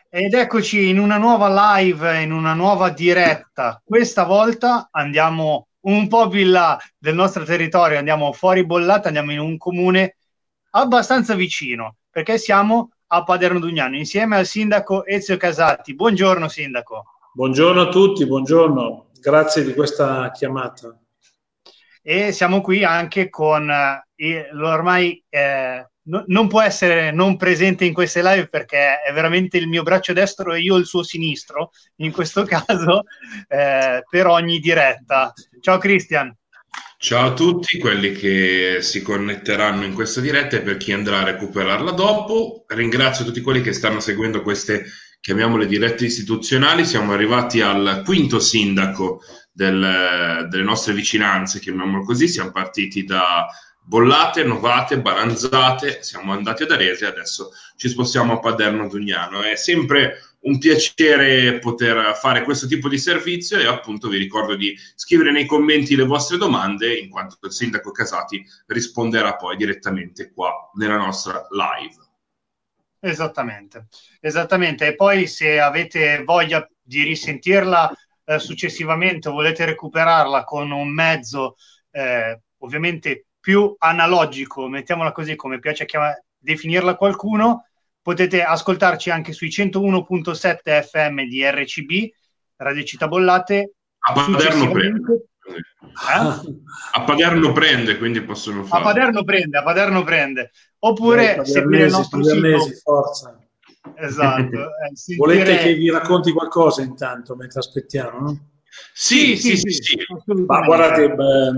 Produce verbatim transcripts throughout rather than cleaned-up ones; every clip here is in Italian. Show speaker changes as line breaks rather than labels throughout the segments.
Ed eccoci in una nuova live, in una nuova diretta. Questa volta andiamo un po' più in là del nostro territorio, andiamo fuori Bollate, andiamo in un comune abbastanza vicino, perché siamo a Paderno Dugnano, insieme al sindaco Ezio Casati. Buongiorno sindaco.
Buongiorno a tutti, buongiorno, grazie di questa chiamata.
E siamo qui anche con eh, l'ormai eh, no, non può essere non presente in queste live perché è veramente il mio braccio destro e io il suo sinistro in questo caso eh, per ogni diretta. Ciao Cristian.
Ciao a tutti quelli che si connetteranno in questa diretta e per chi andrà a recuperarla dopo. Ringrazio tutti quelli che stanno seguendo queste, chiamiamole, dirette istituzionali. Siamo arrivati al quinto sindaco del, delle nostre vicinanze, chiamiamolo così. Siamo partiti da Bollate, Novate, Baranzate, siamo andati ad Arese e adesso ci spostiamo a Paderno Dugnano. È sempre un piacere poter fare questo tipo di servizio e appunto vi ricordo di scrivere nei commenti le vostre domande, in quanto il sindaco Casati risponderà poi direttamente qua nella nostra live.
Esattamente, esattamente. E poi se avete voglia di risentirla eh, successivamente o volete recuperarla con un mezzo eh, ovviamente più analogico, mettiamola così come piace chiamare, definirla qualcuno, potete ascoltarci anche sui centouno virgola sette F M di R C B, Radio Città Bollate.
A Paderno prende. Eh? A Paderno prende, quindi possono fare.
A Paderno prende, a Paderno prende. Oppure
Beh,
seguire il nostro
padernesi,
sito.
Forza.
Esatto. Eh, sentire...
Volete che vi racconti qualcosa intanto, mentre aspettiamo, no?
Sì, sì, sì. sì, sì.
Ma guardate, beh,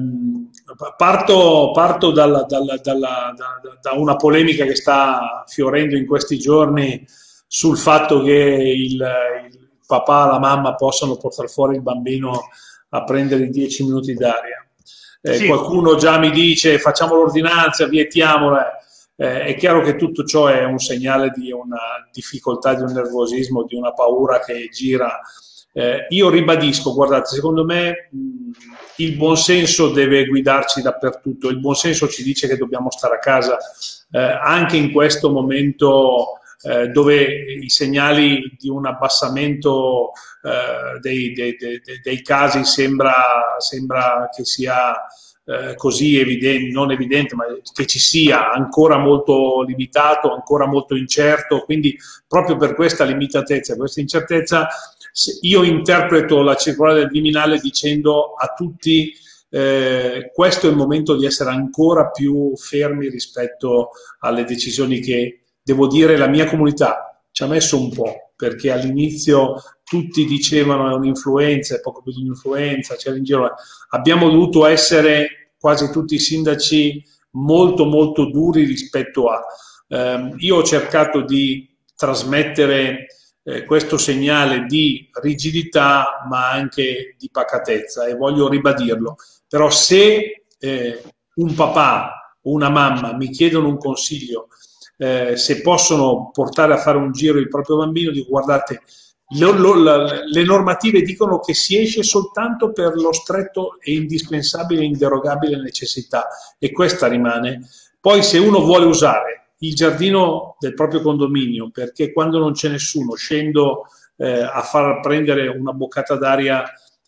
parto, parto dalla, dalla, dalla, da, da una polemica che sta fiorendo in questi giorni sul fatto che il, il papà e la mamma possano portare fuori il bambino a prendere i dieci minuti d'aria. Eh, sì. Qualcuno già mi dice facciamo l'ordinanza, vietiamola. Eh, è chiaro che tutto ciò è un segnale di una difficoltà, di un nervosismo, di una paura che gira. Eh, io ribadisco, guardate, secondo me mh, il buonsenso deve guidarci dappertutto, il buonsenso ci dice che dobbiamo stare a casa, eh, anche in questo momento eh, dove i segnali di un abbassamento eh, dei, dei, dei, dei casi sembra, sembra che sia eh, così evidente, non evidente, ma che ci sia ancora molto limitato, ancora molto incerto, quindi proprio per questa limitatezza, questa incertezza, io interpreto la circolare del Viminale dicendo a tutti eh, questo è il momento di essere ancora più fermi rispetto alle decisioni che, devo dire, la mia comunità ci ha messo un po', perché all'inizio tutti dicevano è un'influenza, è poco più di un'influenza, c'era in giro. Abbiamo dovuto essere quasi tutti i sindaci molto molto duri rispetto a... Eh, io ho cercato di trasmettere Eh, questo segnale di rigidità ma anche di pacatezza e voglio ribadirlo. Però se eh, un papà o una mamma mi chiedono un consiglio, eh, se possono portare a fare un giro il proprio bambino, dico guardate, lo, lo, la, le normative dicono che si esce soltanto per lo stretto e indispensabile e inderogabile necessità e questa rimane. Poi se uno vuole usare il giardino del proprio condominio, perché quando non c'è nessuno scendo eh, a far prendere una boccata d'aria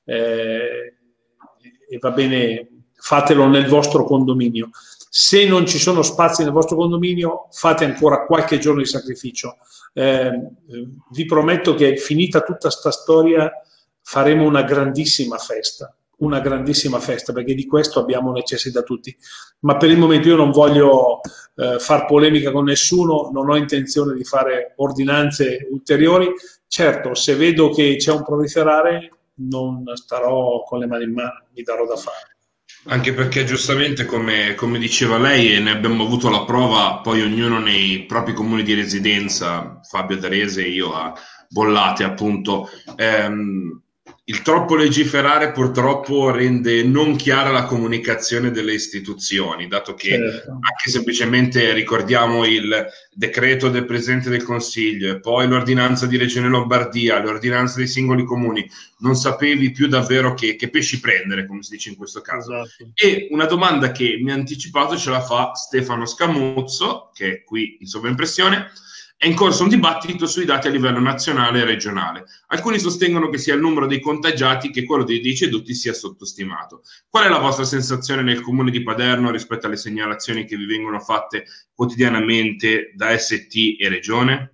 eh, e va bene, fatelo nel vostro condominio. Se non ci sono spazi nel vostro condominio, fate ancora qualche giorno di sacrificio. Eh, vi prometto che finita tutta sta storia faremo una grandissima festa. una grandissima festa, perché di questo abbiamo necessità tutti, ma per il momento io non voglio eh, far polemica con nessuno, non ho intenzione di fare ordinanze ulteriori. Certo, se vedo che c'è un proliferare non starò con le mani in mano, mi darò da fare.
Anche perché giustamente come, come diceva lei, e ne abbiamo avuto la prova poi ognuno nei propri comuni di residenza, Fabio ad Arese e io a Bollate appunto, ehm, il troppo legiferare purtroppo rende non chiara la comunicazione delle istituzioni, dato che certo. Anche semplicemente ricordiamo il decreto del Presidente del Consiglio e poi l'ordinanza di Regione Lombardia, l'ordinanza dei singoli comuni, non sapevi più davvero che, che pesci prendere, come si dice in questo caso. Esatto. E una domanda che mi ha anticipato ce la fa Stefano Scamuzzo, che è qui in sovraimpressione. È in corso un dibattito sui dati a livello nazionale e regionale. Alcuni sostengono che sia il numero dei contagiati che quello dei deceduti sia sottostimato. Qual è la vostra sensazione nel comune di Paderno rispetto alle segnalazioni che vi vengono fatte quotidianamente da S T e Regione?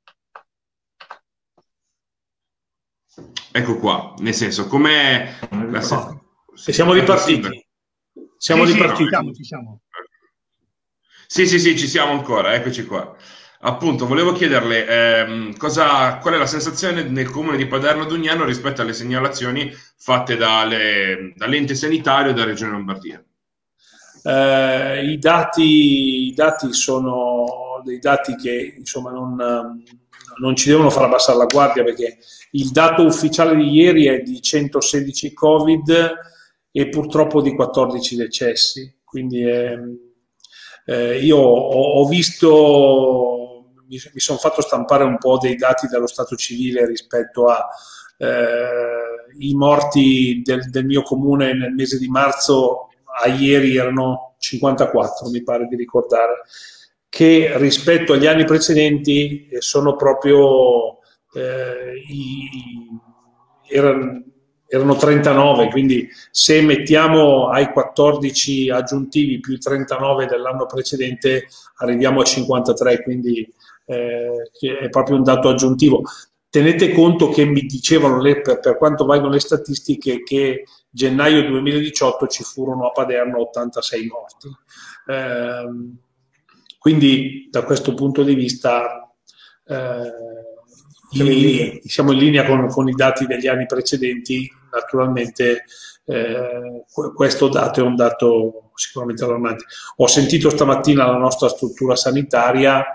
Ecco qua, nel senso, com'è la se-
E siamo ripartiti. Siamo
Sì, sì,
ripartiti.
ci siamo, ci siamo.
Sì, sì, sì, ci siamo ancora, eccoci qua. Appunto, volevo chiederle ehm, cosa, qual è la sensazione nel comune di Paderno Dugnano rispetto alle segnalazioni fatte dalle, dall'ente sanitario e dalla Regione Lombardia.
Eh, i, dati, i dati sono dei dati che insomma non, non ci devono far abbassare la guardia, perché il dato ufficiale di ieri è di centosedici Covid e purtroppo di quattordici decessi. Quindi è, eh, io ho, ho visto, mi, mi sono fatto stampare un po' dei dati dallo stato civile rispetto a eh, i morti del, del mio comune nel mese di marzo. A ieri erano cinquantaquattro, mi pare di ricordare, che rispetto agli anni precedenti sono proprio eh, i, erano, erano trentanove, quindi se mettiamo ai quattordici aggiuntivi più i trentanove dell'anno precedente arriviamo a cinquantatré, quindi eh, è proprio un dato aggiuntivo. Tenete conto che mi dicevano, le, per, per quanto valgono le statistiche, che gennaio duemiladiciotto ci furono a Paderno ottantasei morti. Eh, quindi da questo punto di vista eh, in, siamo in linea con, con i dati degli anni precedenti. Naturalmente eh, questo dato è un dato sicuramente allarmante. Ho sentito stamattina la nostra struttura sanitaria.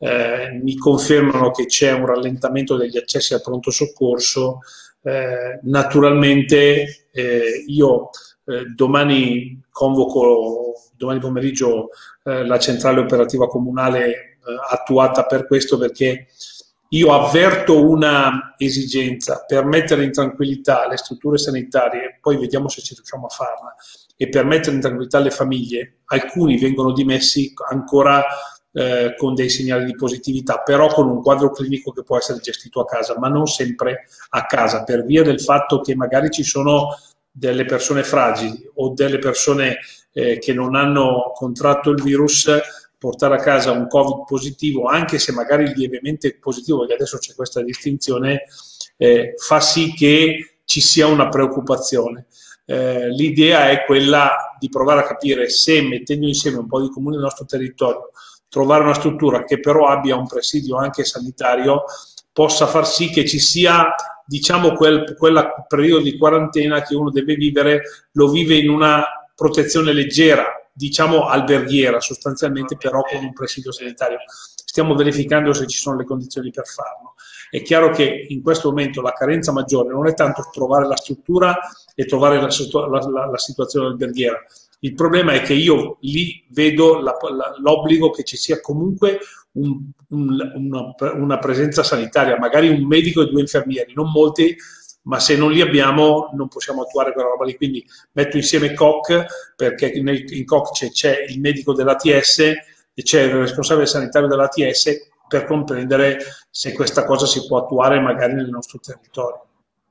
Eh, mi confermano che c'è un rallentamento degli accessi al pronto soccorso. Eh, naturalmente eh, io eh, domani convoco, domani pomeriggio, eh, la centrale operativa comunale eh, attuata per questo, perché io avverto una esigenza per mettere in tranquillità le strutture sanitarie, poi vediamo se ci riusciamo a farla, e per mettere in tranquillità le famiglie. Alcuni vengono dimessi ancora Eh, con dei segnali di positività, però con un quadro clinico che può essere gestito a casa, ma non sempre a casa, per via del fatto che magari ci sono delle persone fragili o delle persone eh, che non hanno contratto il virus. Portare a casa un Covid positivo, anche se magari lievemente positivo, perché adesso c'è questa distinzione, eh, fa sì che ci sia una preoccupazione. Eh, l'idea è quella di provare a capire se, mettendo insieme un po' di comuni del nostro territorio, trovare una struttura che però abbia un presidio anche sanitario, possa far sì che ci sia, diciamo, quel, quel periodo di quarantena che uno deve vivere, lo vive in una protezione leggera, diciamo alberghiera sostanzialmente, però con un presidio sanitario. Stiamo verificando se ci sono le condizioni per farlo. È chiaro che in questo momento la carenza maggiore non è tanto trovare la struttura e trovare la, la, la, la situazione alberghiera. Il problema è che io lì vedo la, la, l'obbligo che ci sia comunque un, un, una, una presenza sanitaria, magari un medico e due infermieri, non molti, ma se non li abbiamo non possiamo attuare quella roba lì. Quindi metto insieme C O C, perché nel, in C O C c'è, c'è il medico dell'A T S e c'è il responsabile sanitario dell'A T S, per comprendere se questa cosa si può attuare magari nel nostro territorio.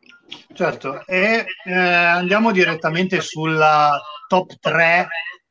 Certo, e eh, andiamo direttamente sulla top tre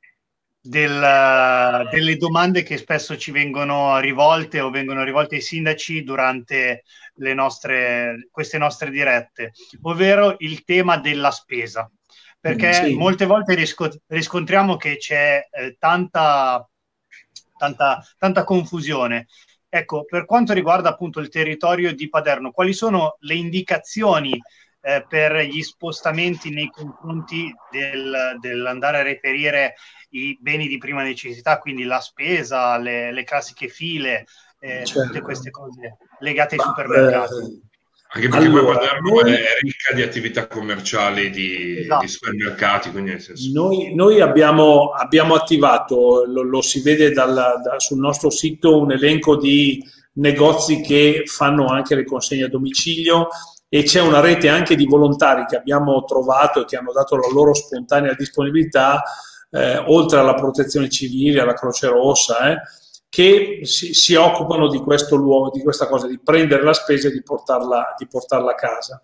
del, delle domande che spesso ci vengono rivolte o vengono rivolte ai sindaci durante le nostre, queste nostre dirette, ovvero il tema della spesa, perché sì, molte volte risco- riscontriamo che c'è eh, tanta, tanta, tanta confusione. Ecco, per quanto riguarda appunto il territorio di Paderno, quali sono le indicazioni eh, per gli spostamenti nei confronti del, dell'andare a reperire i beni di prima necessità, quindi la spesa, le, le classiche file, eh, certo, tutte queste cose legate ai Ma, supermercati?
Eh, anche perché allora, poi Paderno noi, è ricca di attività commerciali, di, esatto, di supermercati. Quindi nel senso...
Noi, noi abbiamo, abbiamo attivato, lo, lo si vede dal, da, sul nostro sito, un elenco di negozi che fanno anche le consegne a domicilio, e c'è una rete anche di volontari che abbiamo trovato e che hanno dato la loro spontanea disponibilità, eh, oltre alla protezione civile, alla Croce Rossa, eh, che si, si occupano di questo luogo, di questa cosa, di prendere la spesa e di portarla, di portarla a casa.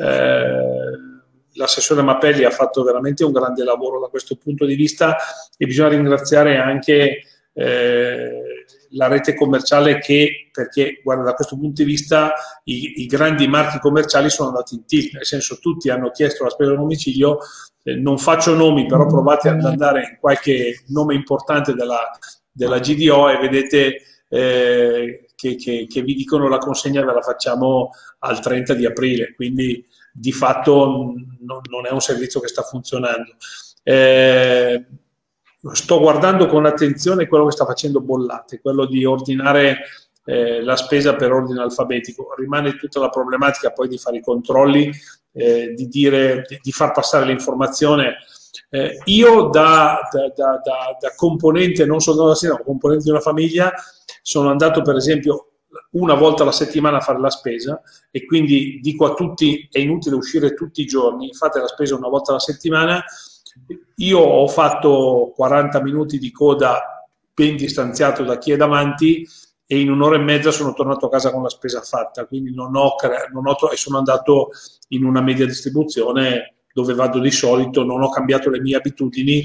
Eh, L'assessore Mapelli ha fatto veramente un grande lavoro da questo punto di vista e bisogna ringraziare anche eh, la rete commerciale che, perché guarda, da questo punto di vista i, i grandi marchi commerciali sono andati in tilt, nel senso tutti hanno chiesto la spesa a domicilio, eh, non faccio nomi, però provate ad andare in qualche nome importante della, della G D O e vedete eh, che, che, che vi dicono la consegna ve la facciamo al trenta di aprile, quindi di fatto non, non è un servizio che sta funzionando. Eh, sto guardando con attenzione quello che sta facendo Bollate, quello di ordinare eh, la spesa per ordine alfabetico. Rimane tutta la problematica poi di fare i controlli, eh, di, dire, di, di far passare l'informazione. Eh, io da, da, da, da, da componente, non solo da sera, ma componente di una famiglia, sono andato per esempio una volta alla settimana a fare la spesa e quindi dico a tutti è inutile uscire tutti i giorni, fate la spesa una volta alla settimana. Io ho fatto quaranta minuti di coda ben distanziato da chi è davanti e in un'ora e mezza sono tornato a casa con la spesa fatta, quindi non ho, non ho e sono andato in una media distribuzione dove vado di solito, non ho cambiato le mie abitudini.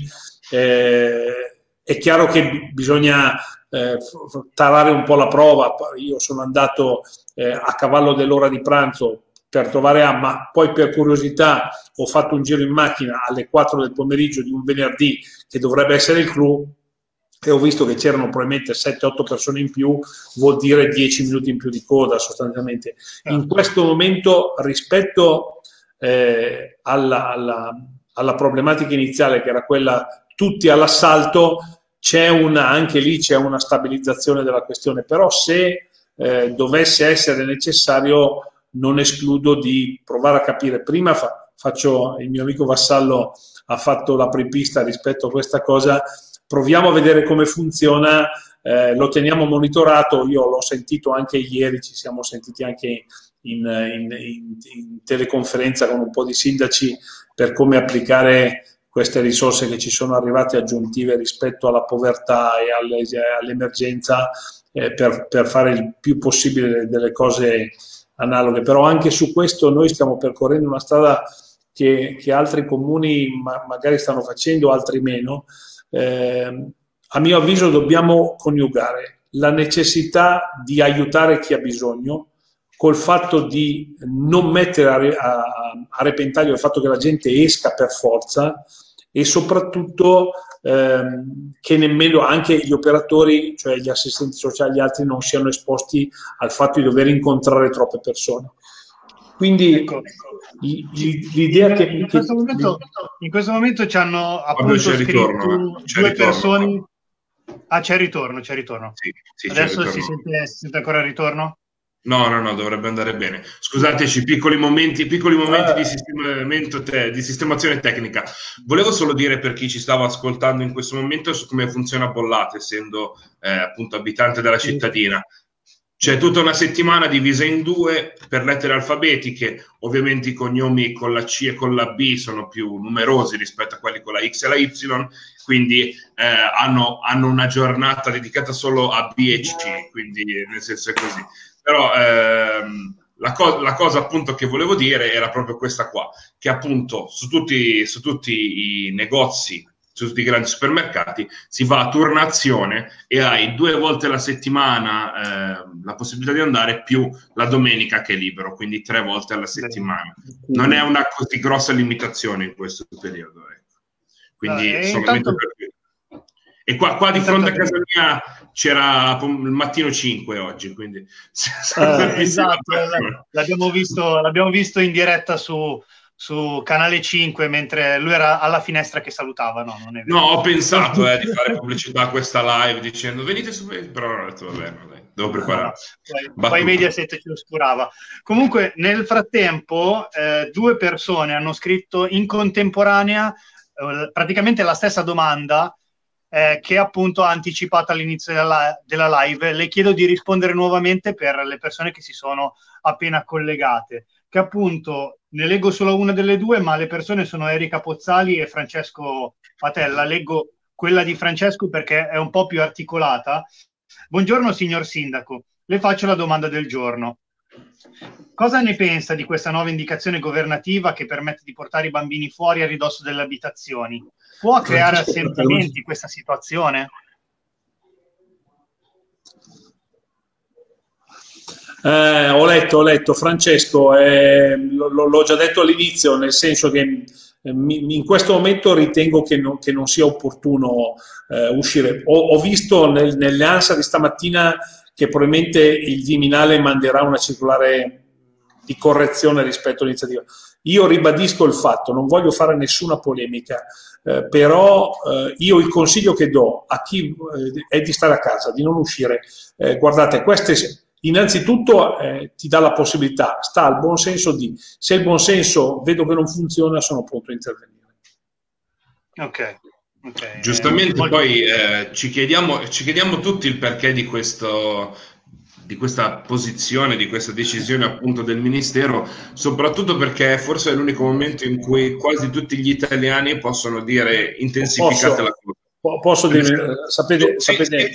Eh, è chiaro che bisogna eh, tarare un po' la prova. Io sono andato eh, a cavallo dell'ora di pranzo per trovare A, ma poi per curiosità ho fatto un giro in macchina alle quattro del pomeriggio di un venerdì che dovrebbe essere il clou e ho visto che c'erano probabilmente sette otto persone in più, vuol dire dieci minuti in più di coda sostanzialmente. In questo momento rispetto eh, alla, alla, alla problematica iniziale che era quella tutti all'assalto, c'è una, anche lì c'è una stabilizzazione della questione, però se eh, dovesse essere necessario non escludo di provare a capire. Prima fa, faccio, il mio amico Vassallo ha fatto l'apripista rispetto a questa cosa, proviamo a vedere come funziona, eh, lo teniamo monitorato, io l'ho sentito anche ieri, ci siamo sentiti anche in, in, in, in teleconferenza con un po' di sindaci per come applicare queste risorse che ci sono arrivate aggiuntive rispetto alla povertà e alle, all'emergenza eh, per, per fare il più possibile delle, delle cose analoghe. Però anche su questo noi stiamo percorrendo una strada che, che altri comuni ma, magari stanno facendo, altri meno. Eh, a mio avviso dobbiamo coniugare la necessità di aiutare chi ha bisogno col fatto di non mettere a, a, a repentaglio il fatto che la gente esca per forza e soprattutto ehm, che nemmeno anche gli operatori, cioè gli assistenti sociali e gli altri, non siano esposti al fatto di dover incontrare troppe persone. Quindi ecco, l'idea
in,
che...
In questo, che, momento, in questo momento ci hanno appunto scritto
ritorno,
due
ritorno.
persone... Ah, c'è ritorno, c'è ritorno.
Sì, sì,
Adesso
ritorno.
Si, sente, si sente ancora il ritorno?
No, no, no, dovrebbe andare bene. Scusateci, piccoli momenti, piccoli momenti di, sistemamento te, di sistemazione tecnica. Volevo solo dire per chi ci stava ascoltando in questo momento su come funziona Bollate, essendo eh, appunto abitante della cittadina. C'è tutta una settimana divisa in due per lettere alfabetiche, ovviamente i cognomi con la C e con la B sono più numerosi rispetto a quelli con la X e la Y, quindi eh, hanno, hanno una giornata dedicata solo a B e C, quindi nel senso è così. Però ehm, la, co- la cosa appunto che volevo dire era proprio questa qua, che appunto su tutti, su tutti i negozi, su tutti i grandi supermercati si va a turnazione e hai due volte alla settimana eh, la possibilità di andare più la domenica che è libero, quindi tre volte alla settimana. Non è una così grossa limitazione in questo periodo, ecco. Quindi
no,
solamente
intanto...
per... E qua, qua di fronte a casa mia c'era il mattino cinque oggi, quindi...
Eh, esatto, l'abbiamo visto, l'abbiamo visto in diretta su, su Canale cinque mentre lui era alla finestra che salutava. No, non è vero.
No, ho pensato eh, di fare pubblicità a questa live dicendo venite su Facebook, però non ho detto vabbè, no, dai, devo preparare.
No, poi, poi Mediaset ci oscurava. Comunque nel frattempo eh, due persone hanno scritto in contemporanea eh, praticamente la stessa domanda Eh, che appunto ha anticipato all'inizio della, della live. Le chiedo di rispondere nuovamente per le persone che si sono appena collegate, che appunto ne leggo solo una delle due, ma le persone sono Erika Pozzali e Francesco Patella. Leggo quella di Francesco perché è un po' più articolata Buongiorno signor Sindaco, le faccio la domanda del giorno. Cosa ne pensa di questa nuova indicazione governativa che permette di portare i bambini fuori a ridosso delle abitazioni? Può creare assentamenti questa situazione?
Eh, ho letto, ho letto, Francesco, eh, lo, l'ho già detto all'inizio, nel senso che eh, in questo momento ritengo che non, che non sia opportuno eh, uscire. Ho, ho visto nel, nelle ANSA di stamattina che probabilmente il Viminale manderà una circolare di correzione rispetto all'iniziativa. Io ribadisco il fatto, non voglio fare nessuna polemica, eh, però eh, io il consiglio che do a chi eh, è di stare a casa, di non uscire. Eh, guardate, queste... Innanzitutto eh, ti dà la possibilità, sta al buon senso di, se il buon senso vedo che non funziona, sono pronto a intervenire.
Ok. okay.
Giustamente
eh,
poi eh, ci, chiediamo, ci chiediamo tutti il perché di, questo, di questa posizione, di questa decisione appunto del Ministero, soprattutto perché forse è l'unico momento in cui quasi tutti gli italiani possono dire intensificate
posso,
la cosa.
Posso dire, sapete... sapete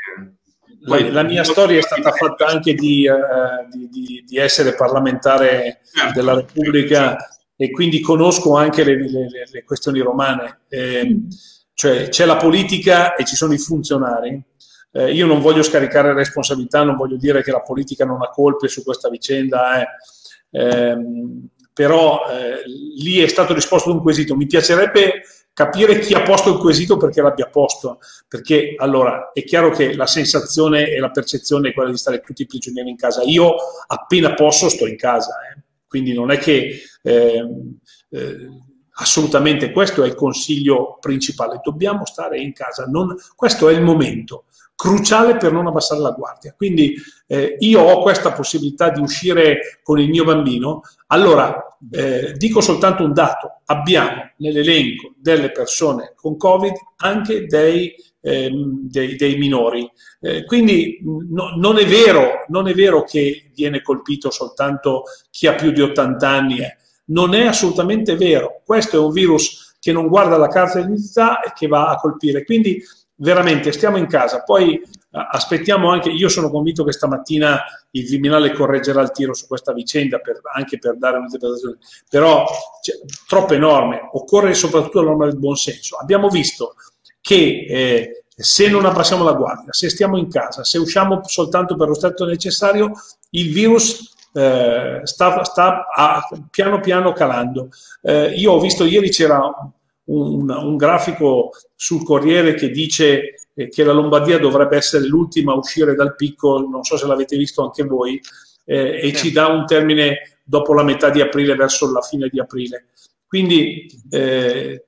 La, la mia storia è stata fatta anche di, uh, di, di, di essere parlamentare certo, della Repubblica certo. E quindi conosco anche le, le, le questioni romane. Eh, cioè c'è la politica e ci sono i funzionari. Eh, io non voglio scaricare responsabilità, non voglio dire che la politica non ha colpe su questa vicenda, eh. Eh, però eh, lì è stato risposto ad un quesito. Mi piacerebbe capire chi ha posto il quesito perché l'abbia posto, perché allora è chiaro che la sensazione e la percezione è quella di stare tutti prigionieri in casa. Io appena posso sto in casa, eh. Quindi non è che eh, eh, assolutamente questo è il consiglio principale, dobbiamo stare in casa, non, questo è il momento cruciale per non abbassare la guardia. Quindi eh, io ho questa possibilità di uscire con il mio bambino, allora eh, dico soltanto un dato, abbiamo nell'elenco delle persone con Covid anche dei, eh, dei, dei minori, eh, quindi no, non è vero, non è vero che viene colpito soltanto chi ha più di ottanta anni, eh. Non è assolutamente vero, questo è un virus che non guarda la carta d'identità e che va a colpire, quindi veramente stiamo in casa, poi aspettiamo anche, io sono convinto che stamattina il Viminale correggerà il tiro su questa vicenda per, anche per dare un'interpretazione, però cioè, troppo enorme, occorre soprattutto la norma del buonsenso. Abbiamo visto che eh, se non abbassiamo la guardia, se stiamo in casa, se usciamo soltanto per lo stretto necessario, il virus eh, sta, sta a, piano piano calando. Eh, io ho visto ieri c'era Un, un grafico sul Corriere che dice eh, che la Lombardia dovrebbe essere l'ultima a uscire dal picco, non so se l'avete visto anche voi, eh, e ci dà un termine dopo la metà di aprile, verso la fine di aprile. Quindi eh,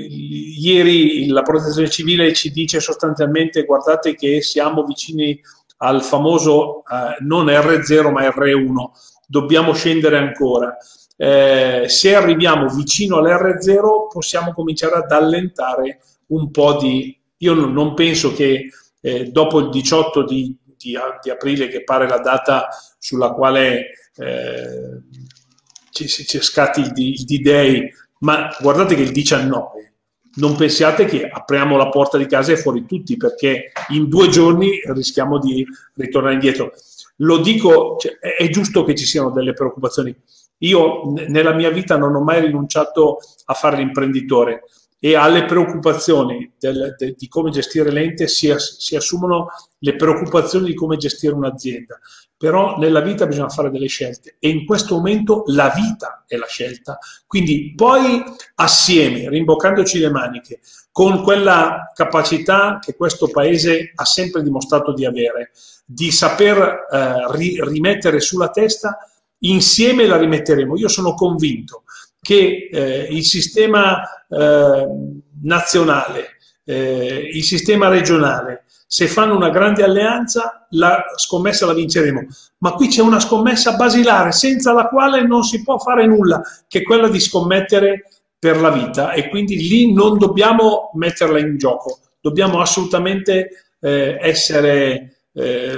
ieri la Protezione Civile ci dice sostanzialmente guardate che siamo vicini al famoso eh, non erre zero ma erre uno, dobbiamo scendere ancora. Eh, se arriviamo vicino all'erre zero possiamo cominciare ad allentare un po' di... Io non, non penso che eh, dopo il diciotto di, di, di aprile, che pare la data sulla quale eh, ci, ci scatti il D-Day, ma guardate che il diciannove, non pensiate che apriamo la porta di casa e fuori tutti, perché in due giorni rischiamo di ritornare indietro. Lo dico, cioè, è giusto che ci siano delle preoccupazioni. Io nella mia vita non ho mai rinunciato a fare l'imprenditore e alle preoccupazioni del, de, di come gestire l'ente si, si assumono le preoccupazioni di come gestire un'azienda. Però nella vita bisogna fare delle scelte e in questo momento la vita è la scelta. Quindi poi assieme, rimboccandoci le maniche, con quella capacità che questo Paese ha sempre dimostrato di avere, di saper eh, ri, rimettere sulla testa, insieme la rimetteremo. Io sono convinto che eh, il sistema eh, nazionale, eh, il sistema regionale, se fanno una grande alleanza, la scommessa la vinceremo. Ma qui c'è una scommessa basilare, senza la quale non si può fare nulla, che è quella di scommettere per la vita, e quindi lì non dobbiamo metterla in gioco, dobbiamo assolutamente eh, essere eh,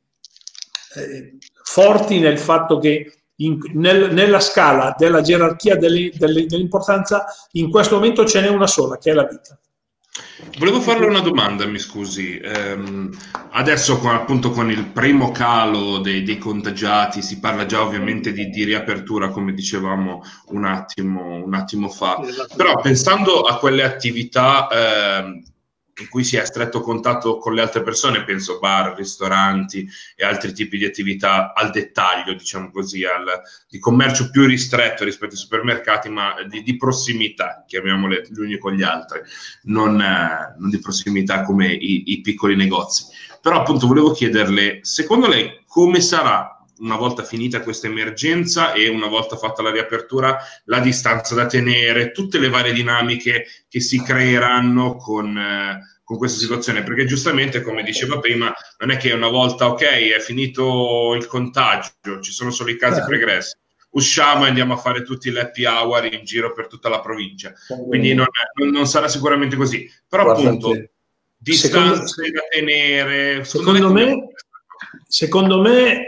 eh, forti nel fatto che in, nel, nella scala della gerarchia delle, delle, dell'importanza in questo momento ce n'è una sola, che è la vita.
Volevo farle una domanda, mi scusi. Ehm, adesso con, appunto con il primo calo dei, dei contagiati si parla già ovviamente di, di riapertura, come dicevamo un attimo, un attimo fa. Però pensando a quelle attività ehm, in cui si è a stretto contatto con le altre persone, penso bar, ristoranti e altri tipi di attività al dettaglio, diciamo così, al, di commercio più ristretto rispetto ai supermercati, ma di, di prossimità, chiamiamole gli uni con gli altri. Non, eh, non di prossimità come i, i piccoli negozi. Però appunto volevo chiederle, secondo lei come sarà una volta finita questa emergenza e una volta fatta la riapertura, la distanza da tenere, tutte le varie dinamiche che si creeranno con, eh, con questa situazione? Perché giustamente, come diceva prima, non è che una volta, ok, è finito il contagio, ci sono solo i casi pregressi, usciamo e andiamo a fare tutti gli happy hour in giro per tutta la provincia. Quindi non, non, non sarà sicuramente così. Però
Guardate,
appunto, distanze
secondo,
da tenere...
Secondo, secondo me, secondo me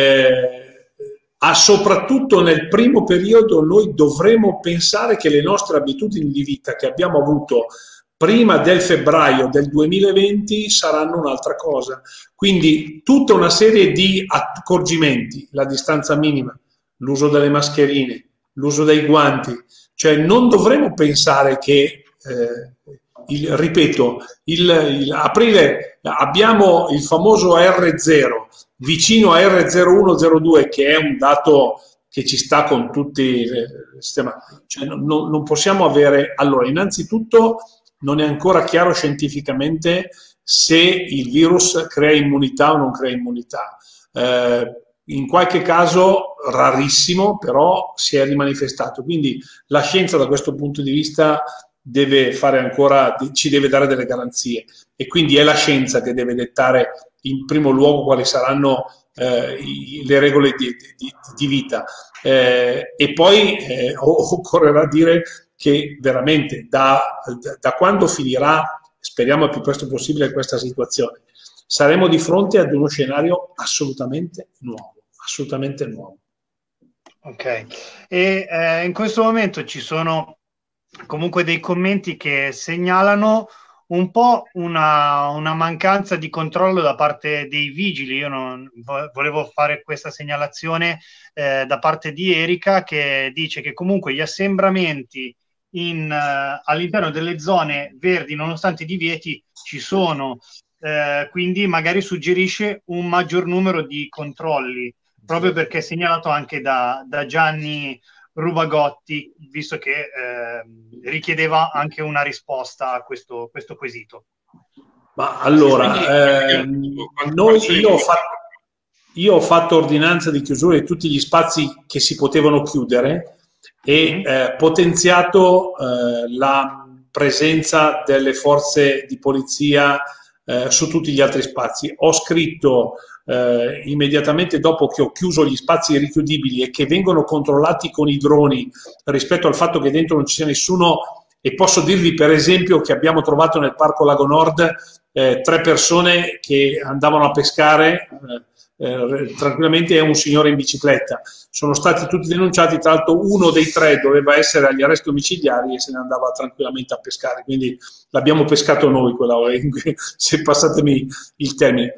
eh, ah, soprattutto nel primo periodo noi dovremo pensare che le nostre abitudini di vita che abbiamo avuto prima del febbraio del duemilaventi saranno un'altra cosa. Quindi tutta una serie di accorgimenti, la distanza minima, l'uso delle mascherine, l'uso dei guanti, cioè non dovremo pensare che, eh, il, ripeto, il, il aprile abbiamo il famoso R zero vicino a R zero uno zero due, che è un dato che ci sta con tutti il sistema, cioè non, non possiamo avere, allora innanzitutto non è ancora chiaro scientificamente se il virus crea immunità o non crea immunità. Eh, in qualche caso rarissimo, però si è rimanifestato. Quindi la scienza da questo punto di vista deve fare ancora, ci deve dare delle garanzie, e quindi è la scienza che deve dettare in primo luogo quali saranno eh, i, le regole di, di, di vita. Eh, e poi eh, occorrerà dire che veramente da, da, da quando finirà, speriamo il più presto possibile, questa situazione, saremo di fronte ad uno scenario assolutamente nuovo. assolutamente nuovo.
Ok, e eh, in questo momento ci sono comunque dei commenti che segnalano un po' una, una mancanza di controllo da parte dei vigili. Io non volevo fare questa segnalazione eh, da parte di Erika, che dice che comunque gli assembramenti in, uh, all'interno delle zone verdi, nonostante i divieti, ci sono, eh, quindi magari suggerisce un maggior numero di controlli, proprio perché è segnalato anche da, da Gianni Rubagotti, visto che eh, richiedeva anche una risposta a questo, questo quesito.
Ma allora, eh, noi, io, ho fatto, io ho fatto ordinanza di chiusura di tutti gli spazi che si potevano chiudere e eh, potenziato eh, la presenza delle forze di polizia eh, su tutti gli altri spazi. Ho scritto eh, immediatamente dopo che ho chiuso gli spazi richiudibili e che vengono controllati con i droni rispetto al fatto che dentro non ci sia nessuno, e posso dirvi per esempio che abbiamo trovato nel Parco Lago Nord eh, tre persone che andavano a pescare eh, Eh, tranquillamente, è un signore in bicicletta. Sono stati tutti denunciati, tra l'altro uno dei tre doveva essere agli arresti domiciliari e se ne andava tranquillamente a pescare, quindi l'abbiamo pescato noi quella ora, se passatemi il termine.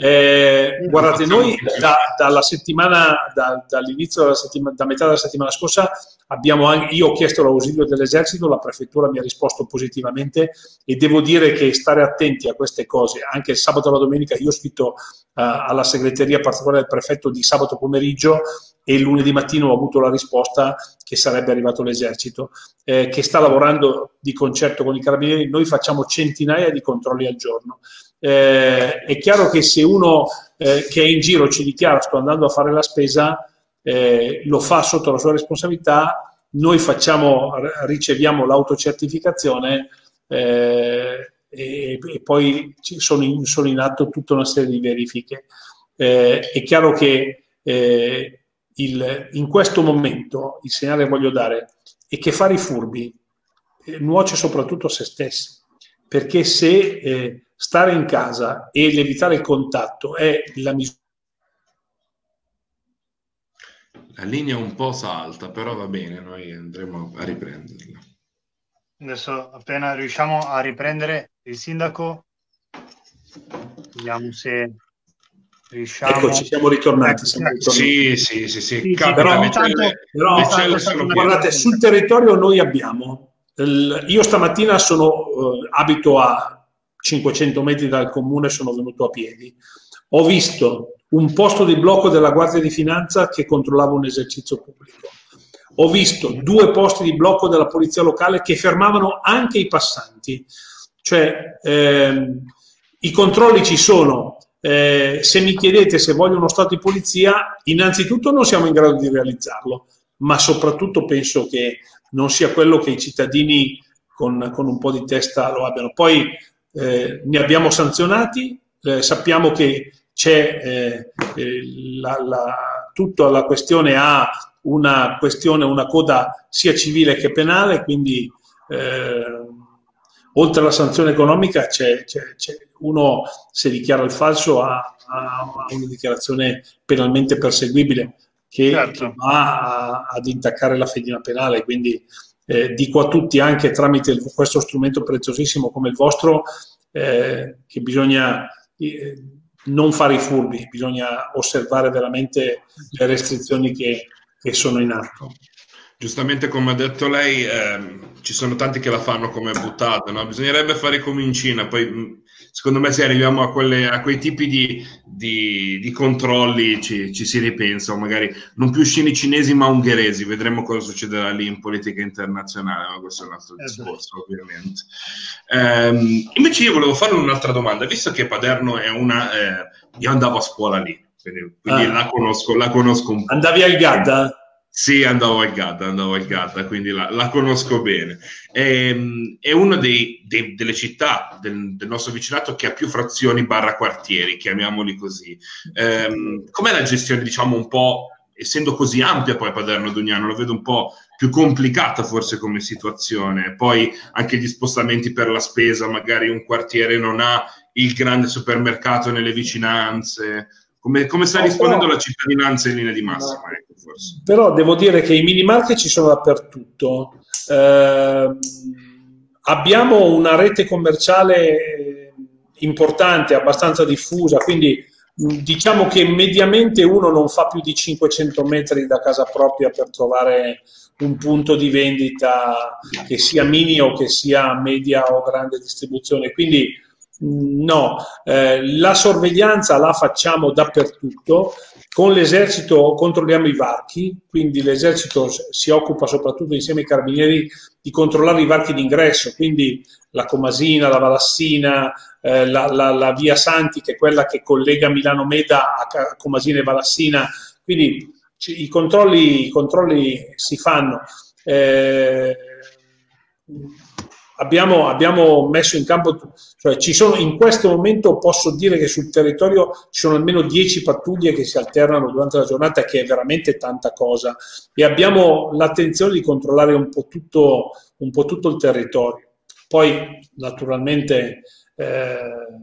Eh, guardate, noi da, dalla settimana, da, dall'inizio della settimana, da metà della settimana scorsa abbiamo anche, io ho chiesto l'ausilio dell'esercito, la prefettura mi ha risposto positivamente e devo dire che stare attenti a queste cose, anche il sabato e la domenica. Io ho scritto uh, alla segreteria particolare del prefetto di sabato pomeriggio e il lunedì mattino ho avuto la risposta che sarebbe arrivato l'esercito, eh, che sta lavorando di concerto con i carabinieri. Noi facciamo centinaia di controlli al giorno. Eh, è chiaro che se uno eh, che è in giro ci dichiara sto andando a fare la spesa, eh, lo fa sotto la sua responsabilità, noi facciamo, riceviamo l'autocertificazione eh, e, e poi ci sono, in, sono in atto tutta una serie di verifiche. Eh, è chiaro che eh, il, in questo momento il segnale che voglio dare è che fare i furbi eh, nuoce soprattutto a se stessi, perché se eh, stare in casa e evitare il contatto è la misura.
La linea un po' salta, però va bene, noi andremo a riprenderla.
Adesso appena riusciamo a riprendere il sindaco, vediamo se riusciamo.
Eccoci, siamo ritornati.
Ecco,
siamo
Sì,
ritornati.
sì, sì, sì.
Sì,
Capita,
però-
le celle,
però-
le
intanto-
celle
intanto
sono
una-
piene.
Guardate, sul territorio noi abbiamo, il- io stamattina sono, eh, abito a cinquecento metri dal comune, sono venuto a piedi. Ho visto un posto di blocco della Guardia di Finanza che controllava un esercizio pubblico. Ho visto due posti di blocco della polizia locale che fermavano anche i passanti. Cioè, ehm, i controlli ci sono. Eh, se mi chiedete se voglio uno stato di polizia, innanzitutto non siamo in grado di realizzarlo, ma soprattutto penso che non sia quello che i cittadini con, con un po' di testa lo abbiano. Poi eh, ne abbiamo sanzionati, eh, sappiamo che c'è eh, eh, la, la, tutta la questione ha una questione, una coda sia civile che penale, quindi eh, oltre alla sanzione economica c'è, c'è, c'è uno, se dichiara il falso, ha, ha una dichiarazione penalmente perseguibile che,
Certo.
che va a, ad intaccare la fedina penale, quindi eh, dico a tutti anche tramite il, questo strumento preziosissimo come il vostro eh, che bisogna eh, non fare i furbi, bisogna osservare veramente le restrizioni che, che sono in atto.
Giustamente come ha detto lei, ehm, ci sono tanti che la fanno come buttata, no? Bisognerebbe fare come in Cina, poi mh, secondo me se arriviamo a, quelle, a quei tipi di, di, di controlli ci, ci si ripensa, o magari non più scini cinesi ma ungheresi, vedremo cosa succederà lì in politica internazionale, ma questo è un altro discorso ovviamente. Ehm, invece io volevo fare un'altra domanda, visto che Paderno è una... Eh, io andavo a scuola lì, quindi, quindi
Ah.
la, conosco, la conosco un po'.
Andavi al Gadda?
Sì, andavo al Gadda, andavo al Gadda, quindi la, la conosco bene. È, è una dei, dei, delle città del, del nostro vicinato che ha più frazioni barra quartieri, chiamiamoli così. Ehm, com'è la gestione, diciamo, un po', essendo così ampia poi Paderno Dugnano, lo vedo un po' più complicata forse come situazione. Poi anche gli spostamenti per la spesa, magari un quartiere non ha il grande supermercato nelle vicinanze. Come, come sta rispondendo la cittadinanza in linea di massima? Ecco, forse.
Però devo dire che i mini market ci sono dappertutto. Eh, abbiamo una rete commerciale importante, abbastanza diffusa, quindi diciamo che mediamente uno non fa più di cinquecento metri da casa propria per trovare un punto di vendita che sia mini o che sia media o grande distribuzione. Quindi no, eh, la sorveglianza la facciamo dappertutto. Con l'esercito controlliamo i varchi, quindi l'esercito si occupa soprattutto insieme ai carabinieri di controllare i varchi d'ingresso, quindi la Comasina, la Valassina, eh, la, la, la via Santi, che è quella che collega Milano Meda a Comasina e Valassina, quindi i controlli, i controlli si fanno. Eh, Abbiamo, abbiamo messo in campo, cioè ci sono in questo momento, posso dire che sul territorio ci sono almeno dieci pattuglie che si alternano durante la giornata, che è veramente tanta cosa, e abbiamo l'attenzione di controllare un po' tutto, un po' tutto il territorio. Poi naturalmente eh,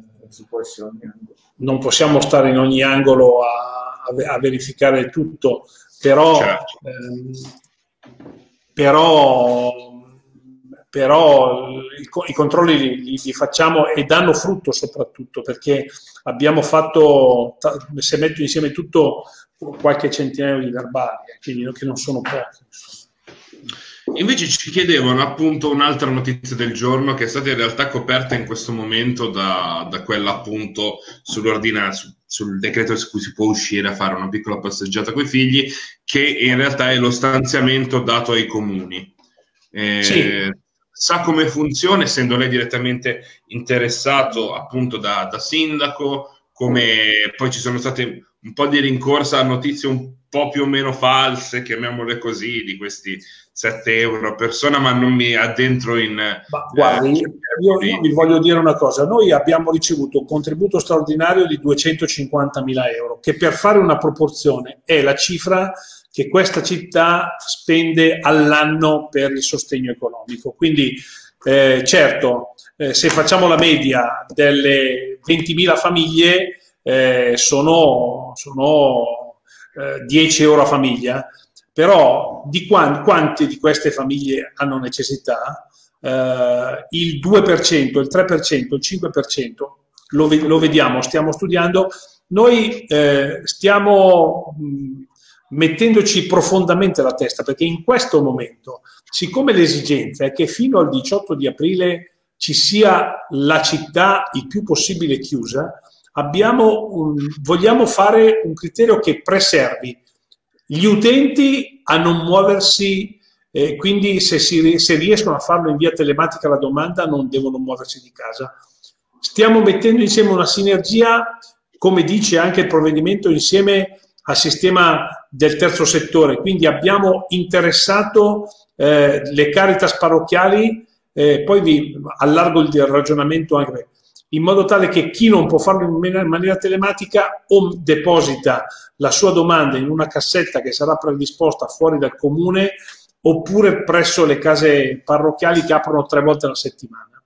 non possiamo stare in ogni angolo a, a verificare tutto, però, certo. ehm, però però i controlli li, li, li facciamo e danno frutto soprattutto perché abbiamo fatto, se metto insieme tutto, qualche centinaio di verbali, quindi che non sono pochi.
Invece ci chiedevano appunto un'altra notizia del giorno che è stata in realtà coperta in questo momento da, da quella appunto sull'ordine, su, sul decreto su cui si può uscire a fare una piccola passeggiata con i figli, che in realtà è lo stanziamento dato ai comuni. Eh, sì. Sa come funziona, essendo lei direttamente interessato appunto da, da sindaco, come poi ci sono state un po' di rincorsa a notizie un po' più o meno false, chiamiamole così, di questi sette euro a persona, ma non mi addentro in...
Ma guardi, eh, io, io vi voglio dire una cosa, noi abbiamo ricevuto un contributo straordinario di duecentocinquantamila euro, che per fare una proporzione è la cifra che questa città spende all'anno per il sostegno economico. Quindi eh, certo, eh, se facciamo la media delle ventimila famiglie eh, sono, sono eh, dieci euro a famiglia, però di quanti, quanti di queste famiglie hanno necessità? eh, il due per cento, il tre per cento, il cinque per cento, lo, lo vediamo, stiamo studiando. Noi eh, stiamo mh, mettendoci profondamente la testa, perché in questo momento, siccome l'esigenza è che fino al diciotto di aprile ci sia la città il più possibile chiusa, abbiamo un, vogliamo fare un criterio che preservi gli utenti a non muoversi, eh, quindi se, si, se riescono a farlo in via telematica la domanda non devono muoversi di casa. Stiamo mettendo insieme una sinergia, come dice anche il provvedimento, insieme al sistema del terzo settore, quindi abbiamo interessato eh, le Caritas parrocchiali, eh, poi vi allargo il ragionamento anche in modo tale che chi non può farlo in maniera telematica o deposita la sua domanda in una cassetta che sarà predisposta fuori dal comune oppure presso le case parrocchiali che aprono tre volte alla settimana,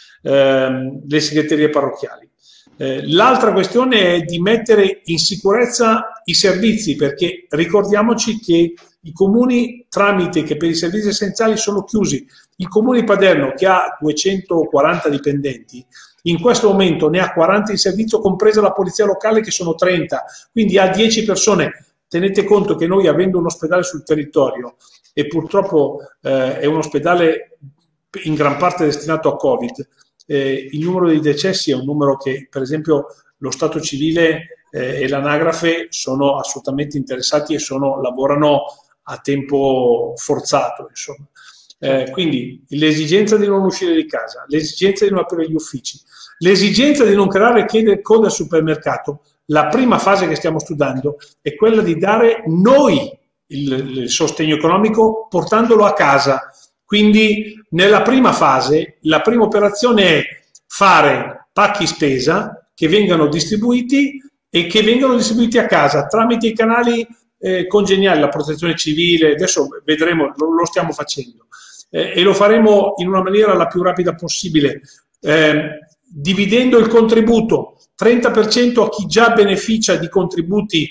eh, le segreterie parrocchiali. Eh, l'altra questione è di mettere in sicurezza i servizi, perché ricordiamoci che i comuni tramite che per i servizi essenziali sono chiusi. Il comune di Paderno, che ha duecentoquaranta dipendenti, in questo momento ne ha quaranta in servizio, compresa la polizia locale che sono trenta, quindi ha dieci persone. Tenete conto che noi, avendo un ospedale sul territorio e purtroppo eh, è un ospedale in gran parte destinato a Covid, eh, il numero dei decessi è un numero che, per esempio, lo Stato civile eh, e l'anagrafe sono assolutamente interessati e sono, lavorano a tempo forzato, insomma. Eh, quindi l'esigenza di non uscire di casa, l'esigenza di non aprire gli uffici, l'esigenza di non creare code al supermercato. La prima fase che stiamo studiando è quella di dare noi il, il sostegno economico portandolo a casa. Quindi nella prima fase la prima operazione è fare pacchi spesa che vengano distribuiti e che vengano distribuiti a casa tramite i canali eh, congeniali, la protezione civile. Adesso vedremo, lo, lo stiamo facendo eh, e lo faremo in una maniera la più rapida possibile, eh, dividendo il contributo trenta per cento a chi già beneficia di contributi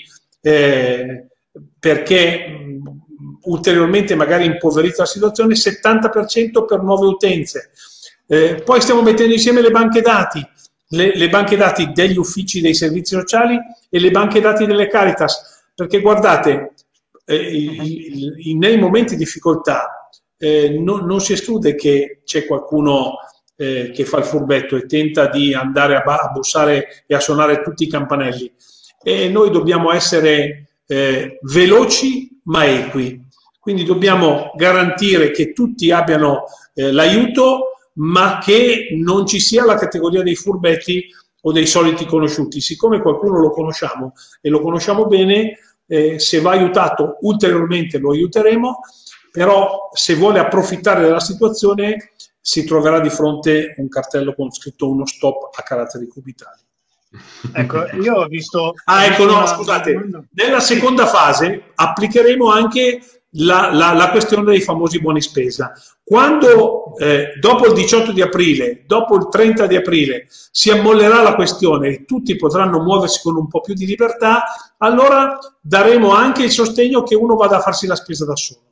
eh, perché mh, ulteriormente magari impoverita la situazione, settanta per cento per nuove utenze. Eh, poi stiamo mettendo insieme le banche dati, le, le banche dati degli uffici dei servizi sociali e le banche dati delle Caritas, perché guardate, eh, il, il, nei momenti di difficoltà eh, non, non si esclude che c'è qualcuno eh, che fa il furbetto e tenta di andare a, a bussare e a suonare tutti i campanelli, e noi dobbiamo essere eh, veloci ma equi. Quindi dobbiamo garantire che tutti abbiano eh, l'aiuto, ma che non ci sia la categoria dei furbetti o dei soliti conosciuti. Siccome qualcuno lo conosciamo e lo conosciamo bene, eh, se va aiutato ulteriormente lo aiuteremo, però se vuole approfittare della situazione si troverà di fronte un cartello con scritto uno stop a caratteri cubitali.
Ecco, io ho visto...
Ah, ecco, no, scusate, nella seconda fase applicheremo anche La, la, la questione dei famosi buoni spesa. Quando eh, dopo il diciotto di aprile, dopo il trenta di aprile si ammollerà la questione e tutti potranno muoversi con un po' più di libertà, allora daremo anche il sostegno che uno vada a farsi la spesa da solo.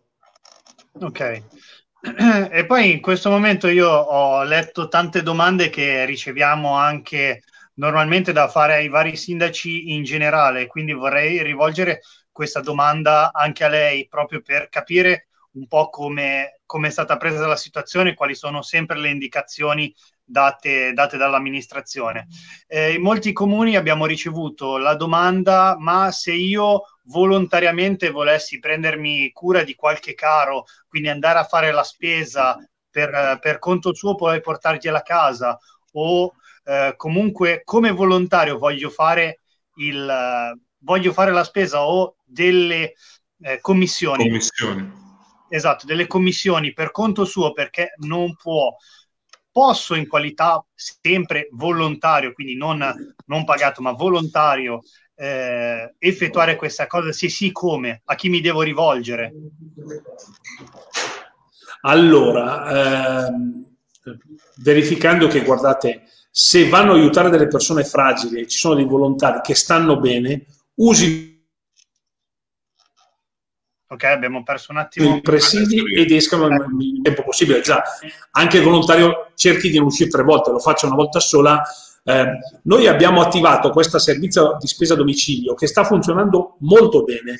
Ok. E poi in questo momento io ho letto tante domande che riceviamo anche normalmente da fare ai vari sindaci in generale, quindi vorrei rivolgere questa domanda anche a lei, proprio per capire un po' come, come è stata presa la situazione, quali sono sempre le indicazioni date, date dall'amministrazione. Eh, in molti comuni abbiamo ricevuto la domanda: ma se io volontariamente volessi prendermi cura di qualche caro, quindi andare a fare la spesa per, per conto suo, poi portargliela a casa, o eh, comunque come volontario voglio fare il... voglio fare la spesa o delle eh, commissioni.
commissioni.
Esatto, delle commissioni per conto suo, perché non può. Posso in qualità sempre volontario, quindi non, non pagato, ma volontario, eh, effettuare questa cosa? Se sì, come? A chi mi devo rivolgere?
Allora, ehm, verificando che, guardate, se vanno a aiutare delle persone fragili e ci sono dei volontari che stanno bene, usi
Ok, abbiamo perso un attimo.
I presidi ed escano il meno tempo possibile. Già, anche il volontario cerchi di non uscire tre volte, lo faccia una volta sola. Eh, noi abbiamo attivato questo servizio di spesa a domicilio che sta funzionando molto bene.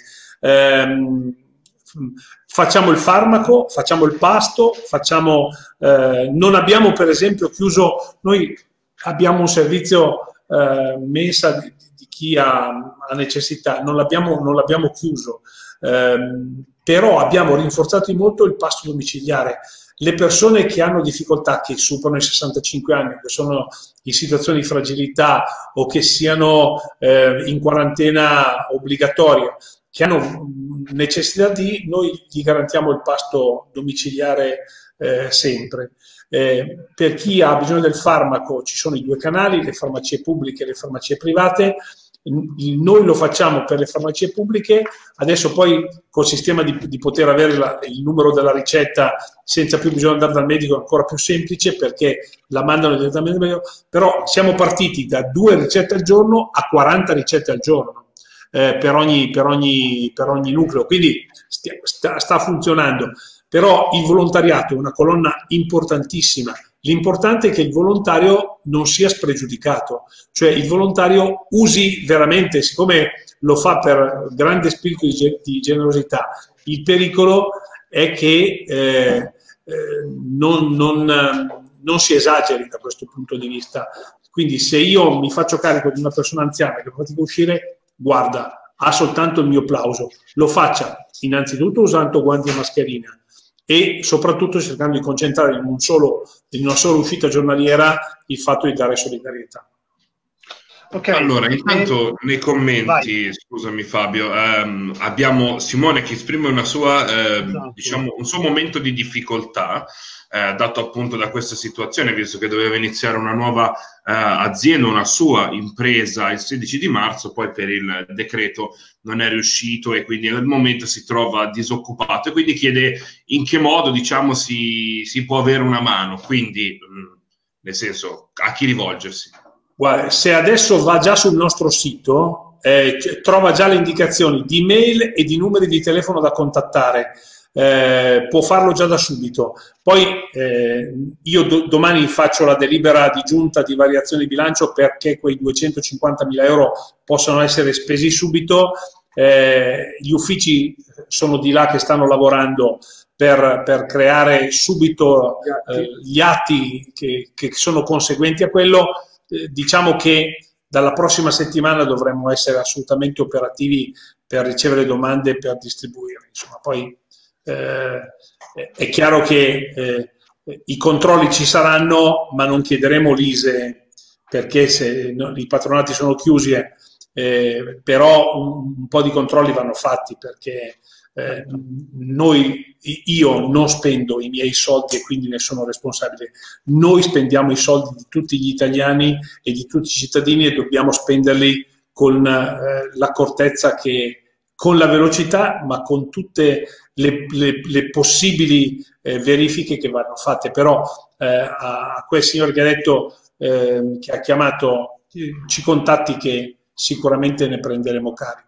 Eh, facciamo il farmaco, facciamo il pasto, facciamo, eh, non abbiamo per esempio chiuso, noi abbiamo un servizio eh, mensa di, di chi ha, ha necessità, non l'abbiamo, non l'abbiamo chiuso. Eh, però abbiamo rinforzato di molto il pasto domiciliare. Le persone che hanno difficoltà, che superano i sessantacinque anni, che sono in situazioni di fragilità o che siano eh, in quarantena obbligatoria, che hanno necessità di, noi gli garantiamo il pasto domiciliare eh, sempre. Eh, per chi ha bisogno del farmaco ci sono i due canali, le farmacie pubbliche e le farmacie private. Noi lo facciamo per le farmacie pubbliche, adesso poi col sistema di, di poter avere la, il numero della ricetta senza più bisogno di andare dal medico è ancora più semplice perché la mandano direttamente dal medico, però siamo partiti da due ricette al giorno a quaranta ricette al giorno eh, per, ogni, per, ogni, per ogni nucleo, quindi sta, sta, sta funzionando, però il volontariato è una colonna importantissima. L'importante è che il volontario non sia spregiudicato, cioè il volontario usi veramente, siccome lo fa per grande spirito di, di generosità, il pericolo è che eh, eh, non, non, non si esageri da questo punto di vista. Quindi se io mi faccio carico di una persona anziana che fatica a uscire, guarda, ha soltanto il mio plauso, lo faccia innanzitutto usando guanti e mascherina, e soprattutto cercando di concentrare in, un solo, in una sola uscita giornaliera il fatto di dare solidarietà.
Okay. Allora, intanto nei commenti, vai. Scusami Fabio, ehm, abbiamo Simone che esprime una sua, eh, esatto. diciamo, un suo momento di difficoltà, eh, dato appunto da questa situazione, visto che doveva iniziare una nuova eh, azienda, una sua impresa il sedici di marzo, poi per il decreto non è riuscito e quindi al momento si trova disoccupato e quindi chiede in che modo, diciamo, si, si può avere una mano, quindi mh, nel senso, a chi rivolgersi.
Guarda, se adesso va già sul nostro sito, eh, trova già le indicazioni di mail e di numeri di telefono da contattare, eh, può farlo già da subito. Poi eh, io do- domani faccio la delibera di giunta di variazione di bilancio perché quei duecentocinquantamila euro possano essere spesi subito. Eh, gli uffici sono di là che stanno lavorando per, per creare subito eh, gli atti che, che sono conseguenti a quello. Diciamo che dalla prossima settimana dovremmo essere assolutamente operativi per ricevere domande e per distribuire. Insomma, poi eh, è chiaro che eh, i controlli ci saranno, ma non chiederemo l'I S E E perché se no, i patronati sono chiusi, eh, però un, un po' di controlli vanno fatti perché Eh, noi, io non spendo i miei soldi e quindi ne sono responsabile. Noi spendiamo i soldi di tutti gli italiani e di tutti i cittadini e dobbiamo spenderli con eh, l'accortezza, che con la velocità, ma con tutte le, le, le possibili eh, verifiche che vanno fatte. Però eh, a, a quel signore che ha detto eh, che ha chiamato, ci contatti che sicuramente ne prenderemo carico.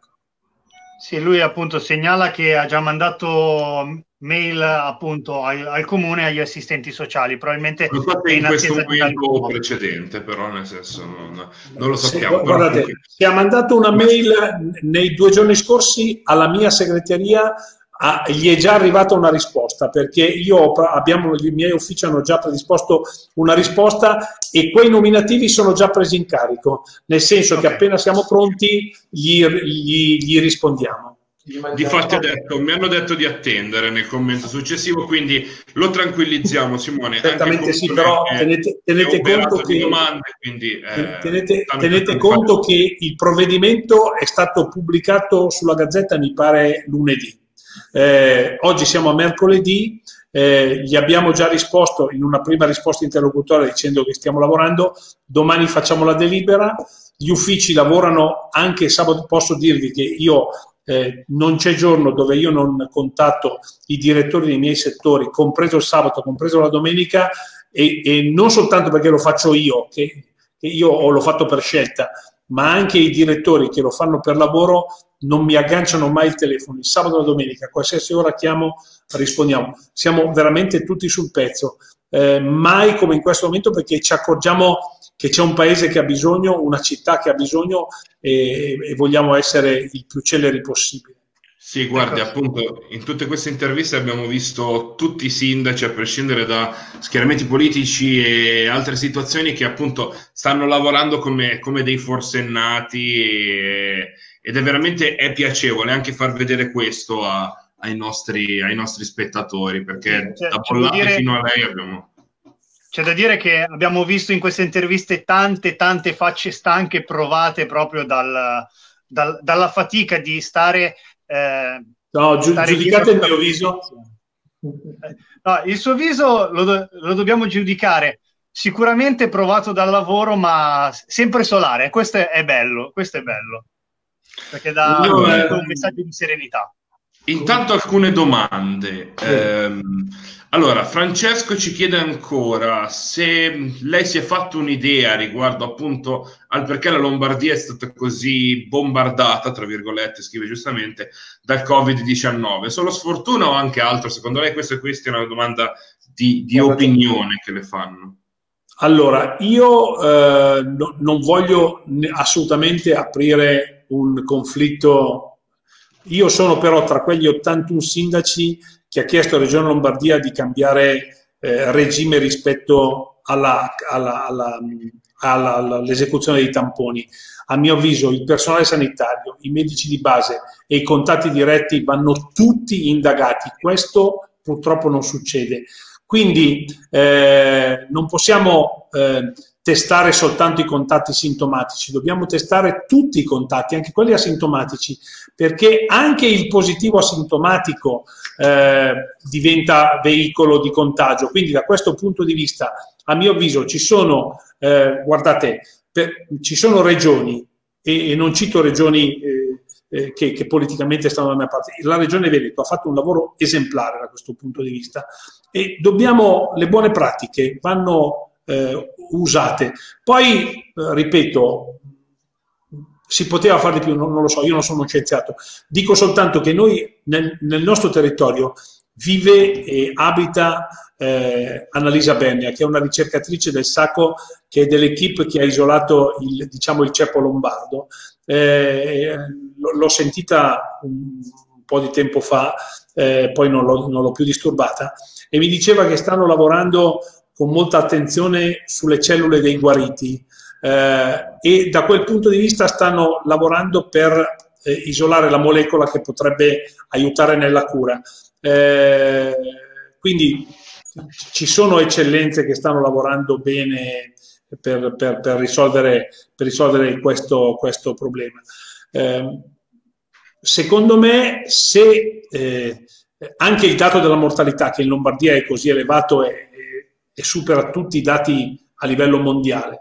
Sì, lui appunto segnala che ha già mandato mail appunto al, al comune e agli assistenti sociali, probabilmente
lo so in, in questo momento precedente, però nel senso non, non lo sappiamo.
Se, guardate,
però...
si è mandato una mail nei due giorni scorsi alla mia segreteria, a, gli è già arrivata una risposta, perché io abbiamo, i miei uffici hanno già predisposto una risposta e quei nominativi sono già presi in carico, nel senso okay. che appena siamo pronti gli, gli, gli rispondiamo.
Difatti, detto, mi hanno detto di attendere nel commento successivo, quindi lo tranquillizziamo, Simone.
Certamente sì, però tenete, tenete conto che,
domande, quindi, eh,
tenete, tenete conto che il provvedimento è stato pubblicato sulla Gazzetta, mi pare lunedì. Eh, oggi siamo a mercoledì, eh, gli abbiamo già risposto in una prima risposta interlocutoria dicendo che stiamo lavorando, domani facciamo la delibera, gli uffici lavorano anche sabato. Posso dirvi che io eh, non c'è giorno dove io non contatto i direttori dei miei settori, compreso il sabato, compreso la domenica, e, e non soltanto perché lo faccio io, che, che io l'ho fatto per scelta, ma anche i direttori che lo fanno per lavoro non mi agganciano mai il telefono, il sabato e la domenica, qualsiasi ora chiamo rispondiamo, siamo veramente tutti sul pezzo, eh, mai come in questo momento, perché ci accorgiamo che c'è un paese che ha bisogno, una città che ha bisogno, e, e vogliamo essere il più celeri possibile.
Sì, guardi, appunto, in tutte queste interviste abbiamo visto tutti i sindaci, a prescindere da schieramenti politici e altre situazioni, che appunto stanno lavorando come, come dei forsennati, e, ed è veramente è piacevole anche far vedere questo a, ai, nostri, ai nostri spettatori, perché
c'è,
da
c'è da dire,
fino a lei abbiamo...
C'è da dire che abbiamo visto in queste interviste tante, tante facce stanche provate proprio dal, dal, dalla fatica di stare... Eh,
no, giu- giudicate il mio viso.
No, il suo viso lo, do- lo dobbiamo giudicare, sicuramente provato dal lavoro, ma sempre solare. Questo è, è bello, questo è bello, perché dà
Io,
comunque
eh,
un messaggio di serenità.
Intanto alcune domande. Ehm, allora, Francesco ci chiede ancora se lei si è fatto un'idea riguardo appunto al perché la Lombardia è stata così bombardata, tra virgolette, scrive giustamente, dal covid diciannove. Solo sfortuna o anche altro? Secondo lei questa, questa è una domanda di, di opinione che le fanno.
Allora, io eh, no, non voglio assolutamente aprire un conflitto. Io sono però tra quegli ottantuno sindaci che ha chiesto alla Regione Lombardia di cambiare eh, regime rispetto alla, alla, alla, alla, all'esecuzione dei tamponi. A mio avviso il personale sanitario, i medici di base e i contatti diretti vanno tutti indagati. Questo purtroppo non succede. Quindi eh, non possiamo eh, testare soltanto i contatti sintomatici, dobbiamo testare tutti i contatti, anche quelli asintomatici, perché anche il positivo asintomatico eh, diventa veicolo di contagio. Quindi da questo punto di vista, a mio avviso, ci sono, eh, guardate, per, ci sono regioni, e, e non cito regioni eh, eh, che, che politicamente stanno dalla mia parte, la Regione Veneto ha fatto un lavoro esemplare da questo punto di vista, e dobbiamo, le buone pratiche vanno eh, usate. Poi, eh, ripeto, si poteva fare di più, non, non lo so, io non sono uno scienziato. Dico soltanto che noi nel, nel nostro territorio vive e abita eh, Annalisa Bernia, che è una ricercatrice del Sacco, che è dell'equipe che ha isolato il, diciamo, il ceppo lombardo. Eh, l'ho sentita un, un po' di tempo fa, eh, poi non l'ho, non l'ho più disturbata, e mi diceva che stanno lavorando con molta attenzione sulle cellule dei guariti, eh, e da quel punto di vista stanno lavorando per eh, isolare la molecola che potrebbe aiutare nella cura. Eh, quindi ci sono eccellenze che stanno lavorando bene per, per, per risolvere, per risolvere questo, questo problema. Eh, secondo me, se eh, anche il dato della mortalità, che in Lombardia è così elevato e, e supera tutti i dati a livello mondiale,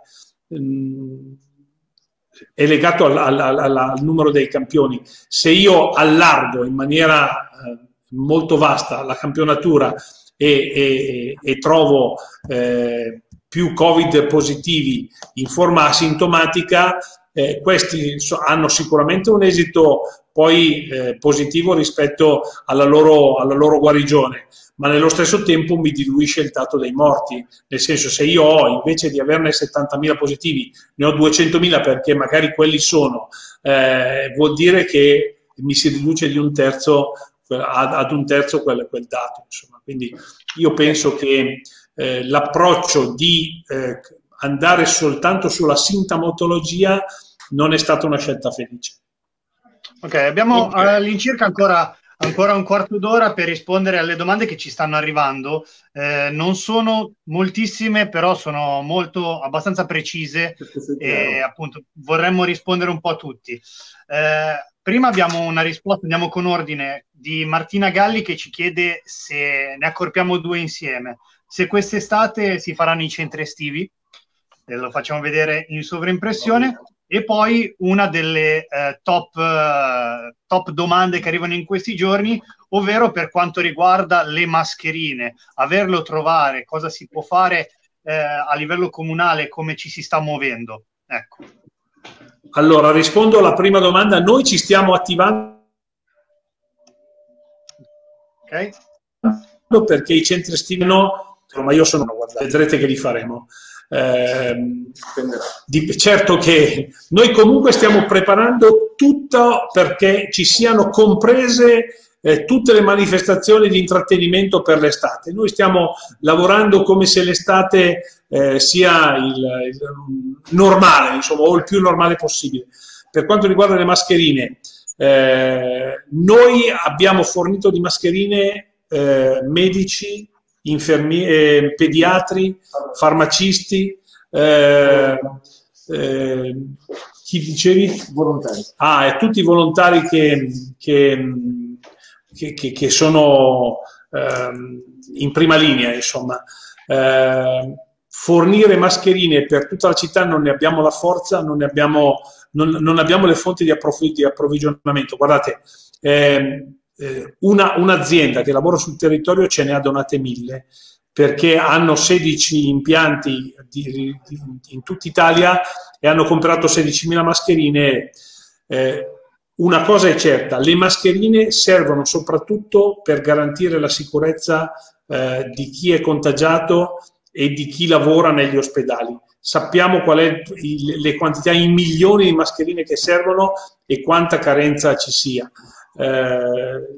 è legato al, al, al, al numero dei campioni. Se io allargo in maniera eh, molto vasta la campionatura e, e, e trovo eh, più Covid positivi in forma asintomatica, eh, questi so, hanno sicuramente un esito poi eh, positivo rispetto alla loro, alla loro guarigione, ma nello stesso tempo mi diluisce il dato dei morti, nel senso, se io ho, invece di averne settantamila positivi, ne ho duecentomila perché magari quelli sono, eh, vuol dire che mi si riduce di un terzo ad, ad un terzo quel, quel dato, insomma. Quindi io penso che eh, l'approccio di eh, andare soltanto sulla sintomatologia non è stata una scelta felice.
Ok, abbiamo okay. all'incirca ancora, ancora un quarto d'ora per rispondere alle domande che ci stanno arrivando. Eh, non sono moltissime, però sono molto abbastanza precise e appunto vorremmo rispondere un po' a tutti. Eh, prima abbiamo una risposta, andiamo con ordine, di Martina Galli, che ci chiede se ne accorpiamo due insieme. Se quest'estate si faranno i centri estivi, eh, lo facciamo vedere in sovraimpressione. E poi una delle eh, top, eh, top domande che arrivano in questi giorni, ovvero per quanto riguarda le mascherine, averlo trovare, cosa si può fare eh, a livello comunale, come ci si sta muovendo. Ecco.
Allora, rispondo alla prima domanda. Noi ci stiamo attivando
okay.
perché i centri estivi no, ma io sono, guardate, vedrete che li faremo. Eh, di, certo che noi comunque stiamo preparando tutto perché ci siano comprese eh, tutte le manifestazioni di intrattenimento per l'estate. Noi stiamo lavorando come se l'estate eh, sia il, il normale, insomma, o il più normale possibile. Per quanto riguarda le mascherine, eh, noi abbiamo fornito di mascherine eh, medici, infermieri, pediatri, farmacisti, eh, eh, chi dicevi?
Volontari.
Ah, e tutti i volontari che, che, che, che, che sono eh, in prima linea, insomma. Eh, fornire mascherine per tutta la città non ne abbiamo la forza, non ne abbiamo, non, non abbiamo le fonti di, approv- di approvvigionamento. Guardate, eh, Una, un'azienda che lavora sul territorio ce ne ha donate mille perché hanno sedici impianti di, di, in tutta Italia e hanno comprato sedicimila mascherine. Eh, una cosa è certa, le mascherine servono soprattutto per garantire la sicurezza eh, di chi è contagiato e di chi lavora negli ospedali. Sappiamo qual è il, le quantità in milioni di mascherine che servono e quanta carenza ci sia. Eh,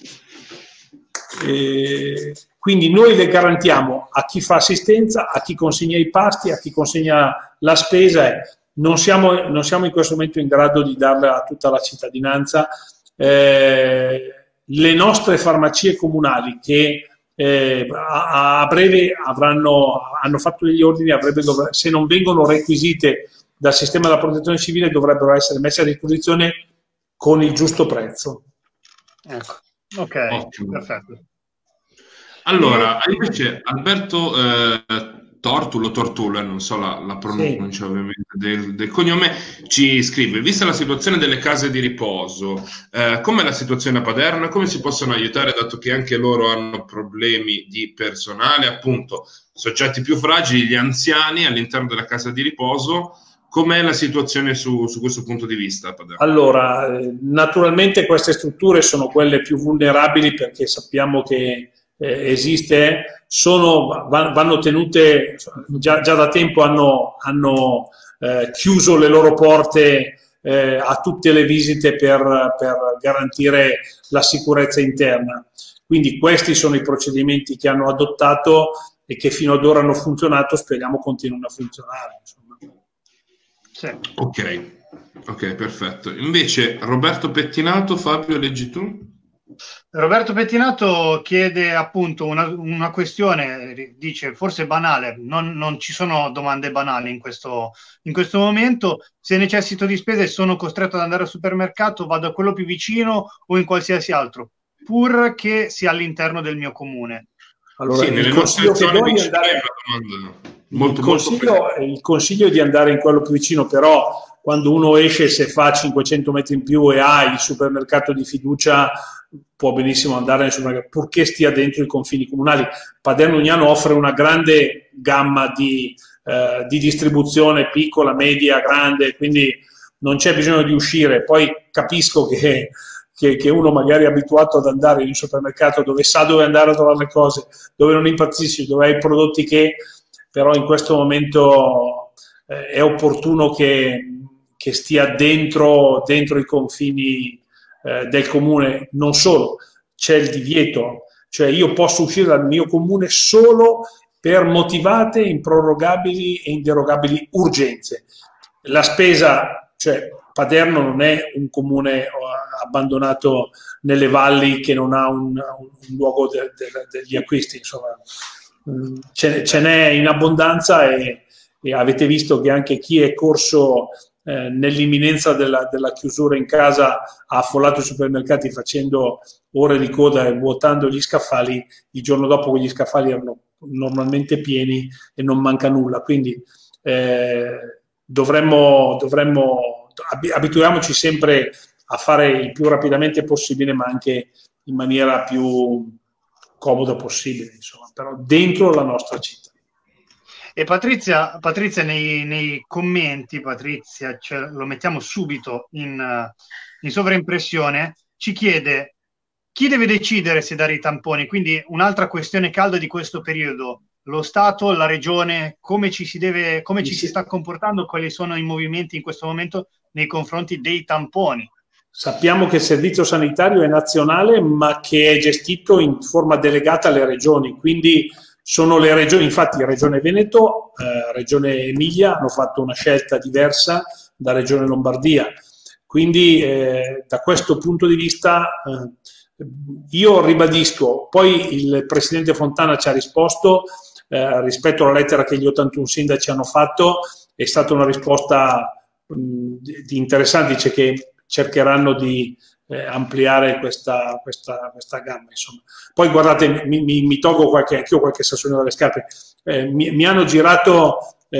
eh, quindi noi le garantiamo a chi fa assistenza, a chi consegna i pasti, a chi consegna la spesa. Eh. Non siamo, non siamo in questo momento in grado di darla a tutta la cittadinanza. Eh, le nostre farmacie comunali che eh, a, a breve avranno hanno fatto degli ordini, a breve dovre, se non vengono requisite dal sistema della protezione civile dovrebbero essere messe a disposizione con il giusto prezzo.
Ecco, ok, ottimo. Perfetto.
Allora, invece Alberto eh, Tortulo, Tortulo, non so la, la pronuncia sì. ovviamente del, del cognome, ci scrive: vista la situazione delle case di riposo, eh, com'è la situazione a Paderno e come si possono aiutare, dato che anche loro hanno problemi di personale, appunto, soggetti più fragili, gli anziani all'interno della casa di riposo. Com'è la situazione su, su questo punto di vista?
Allora, naturalmente queste strutture sono quelle più vulnerabili perché sappiamo che eh, esiste, sono, vanno tenute, già, già da tempo hanno, hanno eh, chiuso le loro porte eh, a tutte le visite per, per garantire la sicurezza interna. Quindi questi sono i procedimenti che hanno adottato e che fino ad ora hanno funzionato, speriamo continuino a funzionare. Insomma.
Sì.
Ok, ok, perfetto. Invece Roberto Pettinato, Fabio, leggi tu?
Roberto Pettinato chiede appunto una, una questione, dice forse banale, non, non ci sono domande banali in questo, in questo momento. Se necessito di spese e sono costretto ad andare al supermercato, vado a quello più vicino o in qualsiasi altro, pur che sia all'interno del mio comune.
Allora, sì, il, consiglio che do di andare, molto, il, consiglio, molto il consiglio è di andare in quello più vicino, però quando uno esce, se fa cinquecento metri in più e ha il supermercato di fiducia, può benissimo andare nel supermercato, purché stia dentro i confini comunali. Paderno Ugnano offre una grande gamma di, eh, di distribuzione, piccola, media, grande, quindi non c'è bisogno di uscire. Poi capisco che Che, che uno magari è abituato ad andare in un supermercato dove sa dove andare a trovare le cose, dove non impazzisce, dove hai i prodotti che, però in questo momento eh, è opportuno che, che stia dentro, dentro i confini eh, del comune. Non solo, c'è il divieto, cioè io posso uscire dal mio comune solo per motivate, improrogabili e inderogabili urgenze. La spesa, cioè Paderno non è un comune abbandonato nelle valli che non ha un, un luogo de, de, degli acquisti, insomma ce, ce n'è in abbondanza e, e avete visto che anche chi è corso eh, nell'imminenza della, della chiusura in casa ha affollato i supermercati facendo ore di coda e vuotando gli scaffali, il giorno dopo quegli scaffali erano normalmente pieni e non manca nulla, quindi eh, dovremmo, dovremmo abituiamoci sempre a fare il più rapidamente possibile, ma anche in maniera più comoda possibile, insomma, però dentro la nostra città.
E Patrizia, Patrizia nei, nei commenti, Patrizia, cioè, lo mettiamo subito in, in sovraimpressione, ci chiede chi deve decidere se dare i tamponi, quindi un'altra questione calda di questo periodo, lo Stato, la Regione, come ci si deve, come ci si sta comportando, quali sono i movimenti in questo momento nei confronti dei tamponi.
Sappiamo che il servizio sanitario è nazionale, ma che è gestito in forma delegata alle regioni, quindi sono le regioni, infatti Regione Veneto, eh, Regione Emilia hanno fatto una scelta diversa da Regione Lombardia, quindi eh, da questo punto di vista eh, io ribadisco, poi il Presidente Fontana ci ha risposto eh, rispetto alla lettera che gli ottantuno sindaci hanno fatto, è stata una risposta mh, di interessante, dice che cercheranno di eh, ampliare questa, questa, questa gamma. Insomma. Poi guardate, mi, mi, mi tolgo qualche, anch'io qualche sassolino dalle scarpe, eh, mi, mi hanno girato,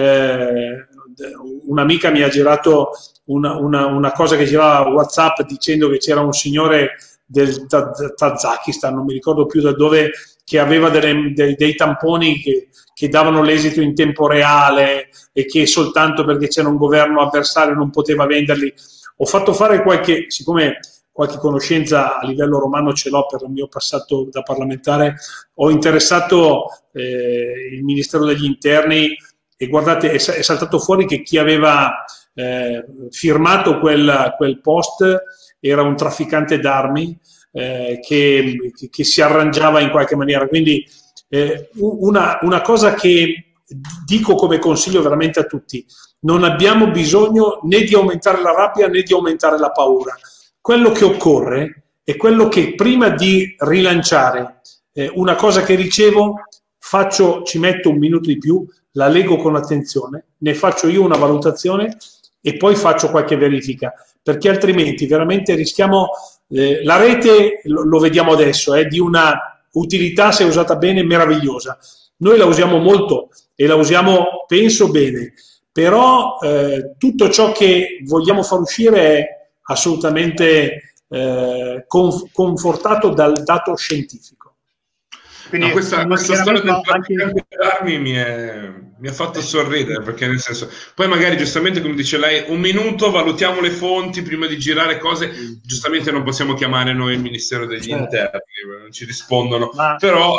eh, un'amica mi ha girato una, una, una cosa che girava a WhatsApp dicendo che c'era un signore del Tazakistan, non mi ricordo più da dove, che aveva delle, dei, dei tamponi che, che davano l'esito in tempo reale e che soltanto perché c'era un governo avversario non poteva venderli. Ho fatto fare qualche, siccome qualche conoscenza a livello romano ce l'ho per il mio passato da parlamentare, ho interessato eh, il Ministero degli Interni e guardate, è, è saltato fuori che chi aveva eh, firmato quel, quel post era un trafficante d'armi eh, che, che, che si arrangiava in qualche maniera. Quindi eh, una, una cosa che dico come consiglio veramente a tutti: non abbiamo bisogno né di aumentare la rabbia né di aumentare la paura. Quello che occorre è quello che prima di rilanciare eh, una cosa che ricevo, faccio, ci metto un minuto di più, la leggo con attenzione, ne faccio io una valutazione e poi faccio qualche verifica, perché altrimenti veramente rischiamo, eh, la rete, lo, lo vediamo adesso, è eh, di una utilità, se usata bene, meravigliosa. Noi la usiamo molto e la usiamo, penso, bene, però eh, tutto ciò che vogliamo far uscire è assolutamente eh, conf- confortato dal dato scientifico.
Quindi, no, questa, questa storia del trafficante d'armi mi, è, mi ha fatto sorridere, perché nel senso, poi magari giustamente, come dice lei, un minuto, valutiamo le fonti prima di girare cose. Giustamente non possiamo chiamare noi il Ministero degli certo. Interni, non ci rispondono, ma... però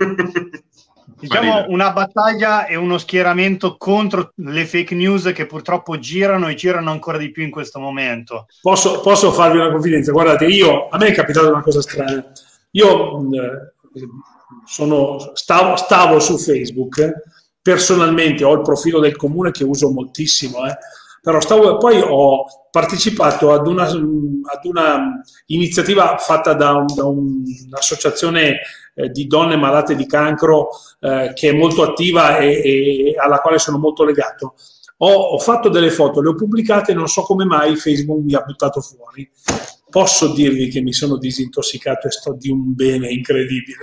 diciamo una battaglia e uno schieramento contro le fake news che purtroppo girano e girano ancora di più in questo momento.
Posso, posso farvi una confidenza? Guardate, io, a me è capitata una cosa strana. Io eh, sono, stavo, stavo su Facebook, personalmente ho il profilo del comune che uso moltissimo, eh, però stavo, poi ho partecipato ad una, ad una iniziativa fatta da, un, da un, un'associazione eh, di donne malate di cancro eh, che è molto attiva e, e alla quale sono molto legato. Ho, ho fatto delle foto, le ho pubblicate, non so come mai Facebook mi ha buttato fuori. Posso dirvi che mi sono disintossicato e sto di un bene incredibile.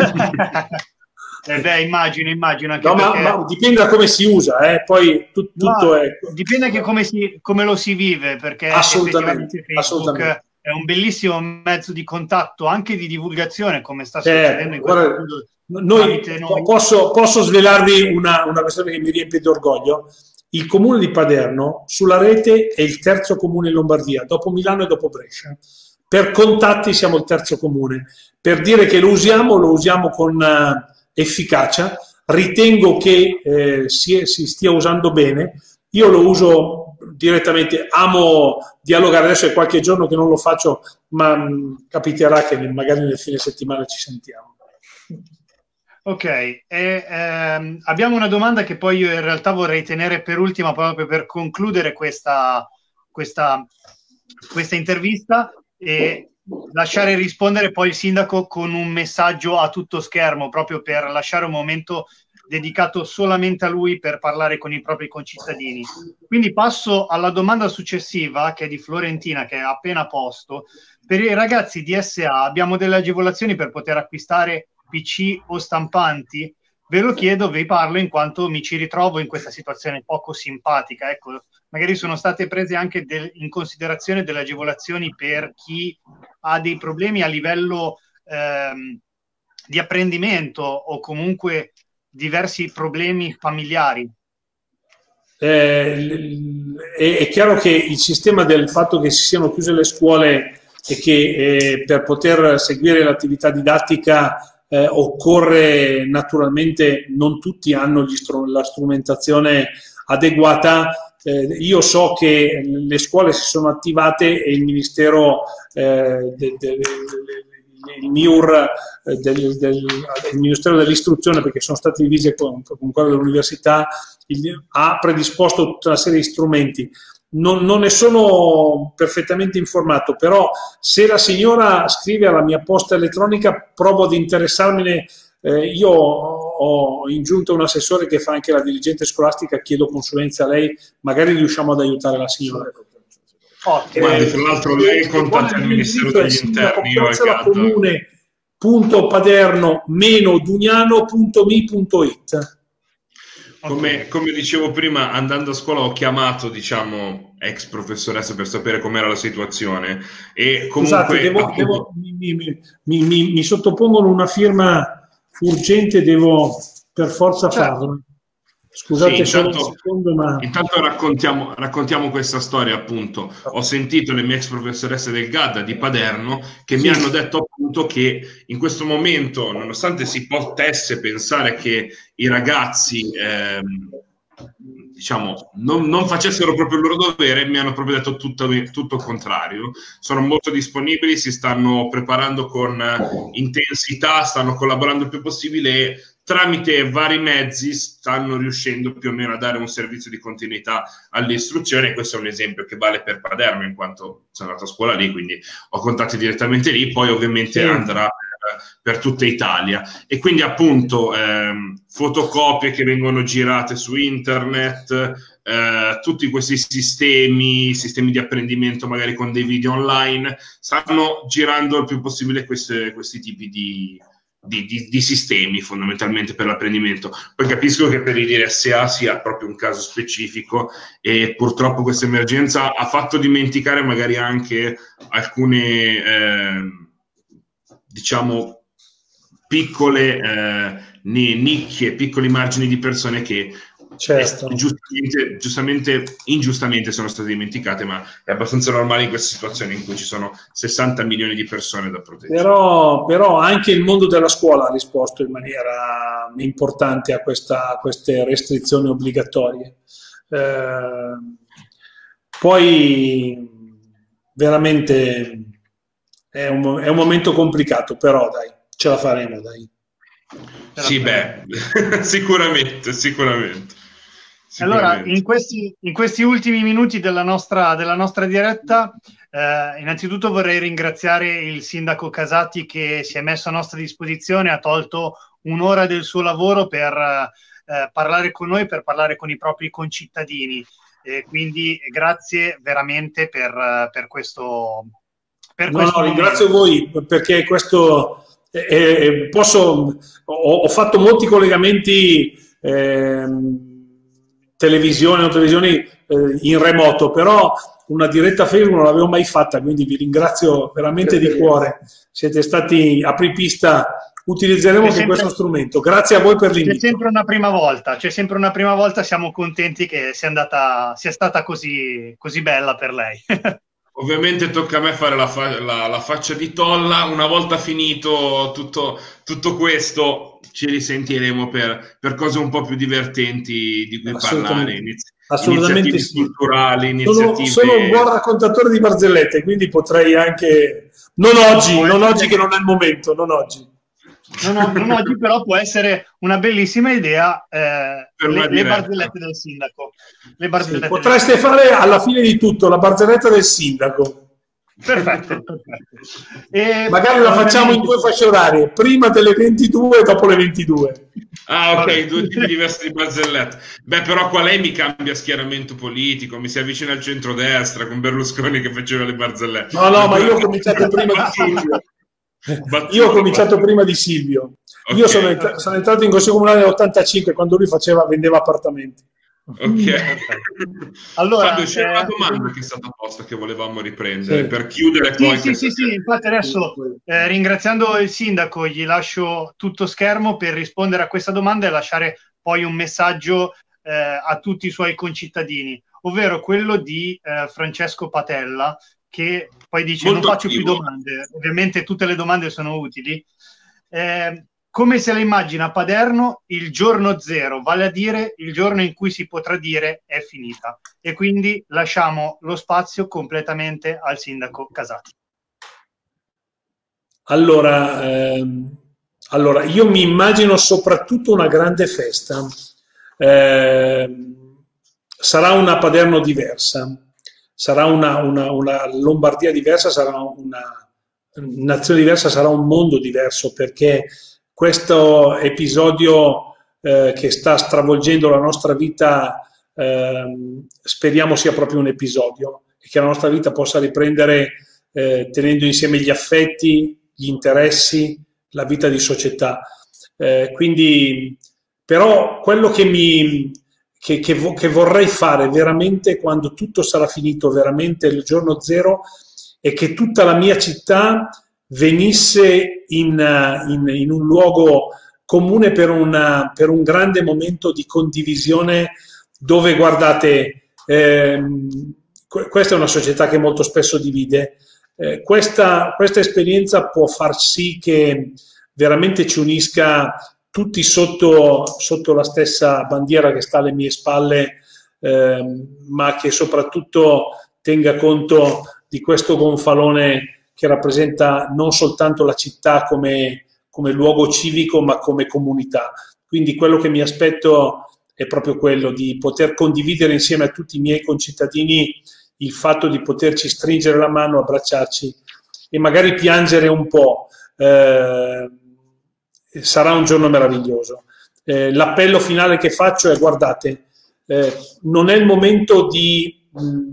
Eh beh, immagino, immagino. Anche
no,
perché...
ma, ma dipende da come si usa, eh? Poi tu, tutto
no,
è...
Dipende anche come, si, come lo si vive, perché
assolutamente,
Facebook
assolutamente.
È un bellissimo mezzo di contatto, anche di divulgazione, come sta
certo,
succedendo in questo
guarda, noi, noi. Posso, posso svelarvi una, una questione che mi riempie di orgoglio. Il comune di Paderno sulla rete è il terzo comune in Lombardia, dopo Milano e dopo Brescia. Per contatti siamo il terzo comune. Per dire che lo usiamo, lo usiamo con uh, efficacia. Ritengo che eh, si, si stia usando bene. Io lo uso direttamente, amo dialogare. Adesso è qualche giorno che non lo faccio, ma mh, capiterà che magari nel fine settimana ci sentiamo.
Ok, e, ehm, abbiamo una domanda che poi io in realtà vorrei tenere per ultima, proprio per concludere questa, questa, questa intervista e lasciare rispondere poi il sindaco con un messaggio a tutto schermo, proprio per lasciare un momento dedicato solamente a lui per parlare con i propri concittadini. Quindi passo alla domanda successiva, che è di Florentina, che ha appena posto. Per i ragazzi di S A abbiamo delle agevolazioni per poter acquistare P C o stampanti? Ve lo chiedo, vi parlo in quanto mi ci ritrovo in questa situazione poco simpatica. Ecco, magari sono state prese anche del, in considerazione delle agevolazioni per chi ha dei problemi a livello ehm, di apprendimento o comunque diversi problemi familiari.
Eh, è, è chiaro che il sistema del fatto che si siano chiuse le scuole e che eh, per poter seguire l'attività didattica eh, occorre naturalmente, non tutti hanno gli str- la strumentazione adeguata. Eh, io so che le scuole si sono attivate e il Ministero eh, de, de, de, de, il M I U R eh, del, del, il Ministero dell'Istruzione, perché sono stati divisi con, con quello dell'università, il, ha predisposto tutta una serie di strumenti. Non, non ne sono perfettamente informato, però se la signora scrive alla mia posta elettronica provo ad interessarmene. Eh, io ho in giunta un assessore che fa anche la dirigente scolastica, chiedo consulenza a lei, magari riusciamo ad aiutare la signora.
Ottimo. Eh, tra l'altro lei contatta il Ministero degli Interni, io
comune punto paderno meno dugnano punto mi punto it.
Come, come dicevo prima, andando a scuola ho chiamato, diciamo, ex professoressa per sapere com'era la situazione e comunque...
Scusate, devo, appunto... devo, mi, mi, mi, mi, mi sottopongono una firma urgente, devo per forza certo. farlo. Scusate sì, solo intanto, un secondo, ma...
Intanto raccontiamo, raccontiamo questa storia, appunto. Ho sentito le mie ex professoresse del Gadda di Paderno che sì. mi hanno detto appunto che in questo momento, nonostante si potesse pensare che i ragazzi ehm, diciamo non, non facessero proprio il loro dovere, mi hanno proprio detto tutto, tutto il contrario. Sono molto disponibili, si stanno preparando con intensità, stanno collaborando il più possibile e tramite vari mezzi stanno riuscendo più o meno a dare un servizio di continuità all'istruzione. Questo è un esempio che vale per Paderno, in quanto sono andato a scuola lì, quindi ho contatti direttamente lì, poi ovviamente sì. andrà per, per tutta Italia. E quindi appunto ehm, fotocopie che vengono girate su internet, eh, tutti questi sistemi, sistemi di apprendimento magari con dei video online, stanno girando il più possibile queste, questi tipi di... Di, di, di sistemi fondamentalmente per l'apprendimento. Poi capisco che per i D R S A sia proprio un caso specifico e purtroppo questa emergenza ha fatto dimenticare magari anche alcune eh, diciamo piccole eh, nicchie, piccoli margini di persone che
certo.
giustamente, giustamente, ingiustamente sono state dimenticate, ma è abbastanza normale in questa situazione in cui ci sono sessanta milioni di persone da proteggere.
Però, però anche il mondo della scuola ha risposto in maniera importante a, questa, a queste restrizioni obbligatorie. Eh, poi veramente è un, è un momento complicato, però dai, ce la faremo, dai.
Sì, beh, sicuramente, sicuramente.
Allora, in questi, in questi ultimi minuti della nostra, della nostra diretta, eh, innanzitutto vorrei ringraziare il sindaco Casati che si è messo a nostra disposizione, ha tolto un'ora del suo lavoro per eh, parlare con noi, per parlare con i propri concittadini. E quindi grazie veramente per, per questo. Per
no,
questo
no, ringrazio voi perché questo eh, eh, posso. Ho, ho fatto molti collegamenti. Eh, televisione o televisioni eh, in remoto, però una diretta Facebook non l'avevo mai fatta, quindi vi ringrazio veramente di cuore, siete stati apripista, utilizzeremo c'è anche sempre, questo strumento, grazie a voi per l'invito.
C'è sempre una prima volta, c'è sempre una prima volta, siamo contenti che sia andata, sia stata così, così bella per lei.
Ovviamente tocca a me fare la, fa- la, la faccia di tolla, una volta finito tutto, tutto questo ci risentiremo per, per cose un po' più divertenti di cui parlare, inizi-
assolutamente
iniziative
sì.
culturali, iniziative...
Sono, sono un buon raccontatore di barzellette, quindi potrei anche... Non oggi, non oggi che non è il momento, non oggi.
Non, non oggi, però può essere una bellissima idea eh, le, le barzellette del sindaco. Le barzellette
sì, potreste del... fare alla fine di tutto la barzelletta del sindaco.
Perfetto, perfetto. E
magari la facciamo in due fasce orarie, prima delle ventidue e dopo le ventidue.
Ah, ok, due tipi diversi di barzellette. Beh, però qua lei mi cambia schieramento politico, mi si avvicina al centrodestra con Berlusconi che faceva le barzellette.
No, no, ma io ho cominciato prima di Silvio. Io ho cominciato prima di Silvio. Okay. Io sono, entra- sono entrato in consiglio comunale nell'ottantacinque quando lui faceva, vendeva appartamenti.
Ok.
Allora,
Fabio, c'era una
eh,
domanda che è stata posta che volevamo riprendere
Sì.
per chiudere
Sì,
poi
sì,
questa...
sì, sì, infatti adesso eh, ringraziando il sindaco gli lascio tutto schermo per rispondere a questa domanda e lasciare poi un messaggio eh, a tutti i suoi concittadini, ovvero quello di eh, Francesco Patella, che poi dice non
Molto
faccio più
attivo.
domande, ovviamente tutte le domande sono utili. Eh, come se la immagina Paderno il giorno zero, vale a dire il giorno in cui si potrà dire è finita. E quindi lasciamo lo spazio completamente al sindaco Casati.
Allora, ehm, allora, io mi immagino soprattutto una grande festa. Eh, sarà una Paderno diversa, sarà una, una, una Lombardia diversa, sarà una nazione diversa, sarà un mondo diverso, perché questo episodio eh, che sta stravolgendo la nostra vita, eh, speriamo sia proprio un episodio e che la nostra vita possa riprendere eh, tenendo insieme gli affetti, gli interessi, la vita di società. Eh, quindi, però, quello che mi che, che, vo- che vorrei fare veramente quando tutto sarà finito, veramente il giorno zero, è che tutta la mia città venisse in, uh, in, in un luogo comune per, una, per un grande momento di condivisione dove, guardate, ehm, questa è una società che molto spesso divide. Eh, questa, questa esperienza può far sì che veramente ci unisca tutti sotto, sotto la stessa bandiera che sta alle mie spalle, ehm, ma che soprattutto tenga conto di questo gonfalone che rappresenta non soltanto la città come, come luogo civico, ma come comunità. Quindi quello che mi aspetto è proprio quello di poter condividere insieme a tutti i miei concittadini il fatto di poterci stringere la mano, abbracciarci e magari piangere un po'. Eh, sarà un giorno meraviglioso. Eh, l'appello finale che faccio è: guardate, eh, non è il momento di mh,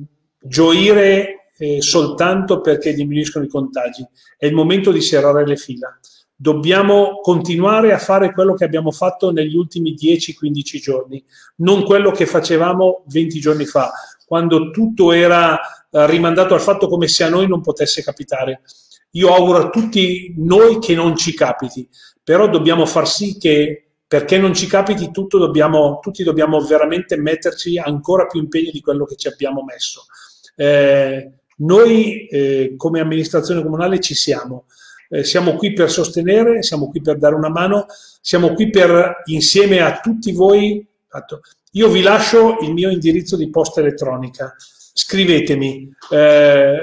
gioire eh, soltanto perché diminuiscono i contagi, è il momento di serrare le fila. Dobbiamo continuare a fare quello che abbiamo fatto negli ultimi dieci quindici giorni, non quello che facevamo venti giorni fa, quando tutto era eh, rimandato al fatto come se a noi non potesse capitare. Io auguro a tutti noi che non ci capiti, però dobbiamo far sì che, perché non ci capiti tutto, dobbiamo, tutti dobbiamo veramente metterci ancora più impegno di quello che ci abbiamo messo. Eh, noi eh, come amministrazione comunale ci siamo, eh, siamo qui per sostenere, siamo qui per dare una mano, siamo qui per, insieme a tutti voi, io vi lascio il mio indirizzo di posta elettronica, scrivetemi, eh,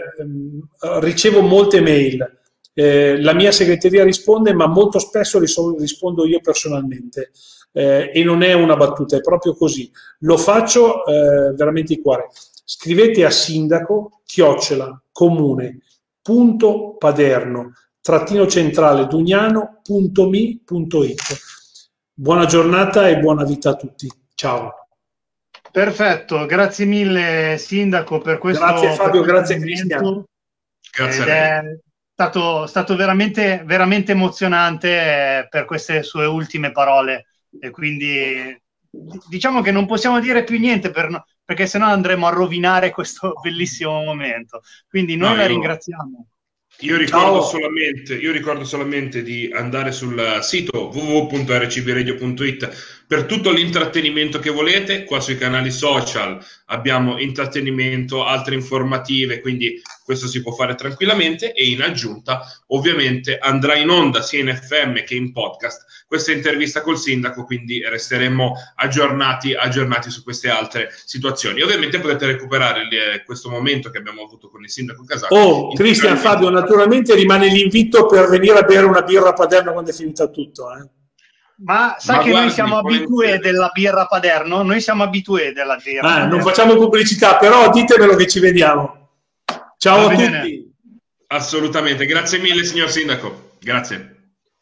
ricevo molte mail, eh, la mia segreteria risponde, ma molto spesso rispondo io personalmente, eh, e non è una battuta, è proprio così. Lo faccio eh, veramente di cuore. Scrivete a sindaco chiocciola comune punto paderno trattino centrale dugnano punto mi punto it. Buona giornata e buona vita a tutti. Ciao.
Perfetto, grazie mille sindaco per questo,
Grazie Fabio,
per questo
grazie Cristian.
Grazie
ed
a lei.
è stato, stato veramente, veramente emozionante eh, per queste sue ultime parole e quindi diciamo che non possiamo dire più niente per no, perché sennò andremo a rovinare questo bellissimo momento, quindi noi
No,
la
io...
ringraziamo.
Io ricordo, solamente, io ricordo solamente di andare sul sito w w w punto r c b radio punto i t per tutto l'intrattenimento che volete. Qua sui canali social abbiamo intrattenimento, altre informative, quindi questo si può fare tranquillamente. E in aggiunta, ovviamente, andrà in onda sia in F M che in podcast questa intervista col sindaco, quindi resteremo aggiornati, aggiornati su queste altre situazioni. Ovviamente potete recuperare le, questo momento che abbiamo avuto con il sindaco Casati.
Oh, Cristian, Fabio, naturalmente rimane l'invito per venire a bere una birra a Paderno quando è finito tutto. Eh.
Ma sai
Ma
che
guardi,
noi siamo abitué della birra Paderno? Noi siamo abitué della birra
ah,
Paderno.
Non facciamo pubblicità, però ditemelo che ci vediamo. Ciao a tutti.
Assolutamente, grazie mille signor Sindaco, grazie.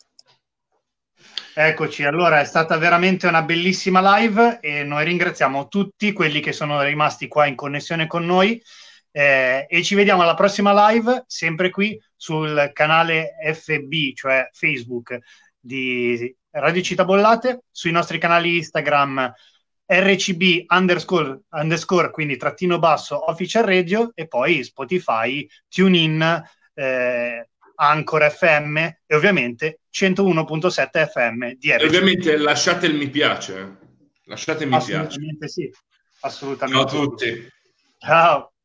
Eccoci, allora è stata veramente una bellissima live e noi ringraziamo tutti quelli che sono rimasti qua in connessione con noi eh, e ci vediamo alla prossima live, sempre qui sul canale F B, cioè Facebook di Radio Città Bollate, sui nostri canali Instagram R C B underscore, underscore, quindi trattino basso Official Radio, e poi Spotify, TuneIn, eh, Anchor F M e ovviamente centouno virgola sette F M di R C B.
E ovviamente lasciate il mi piace. Lasciate il mi piace.
Assolutamente sì. Assolutamente.
Ciao a tutti.
Ciao.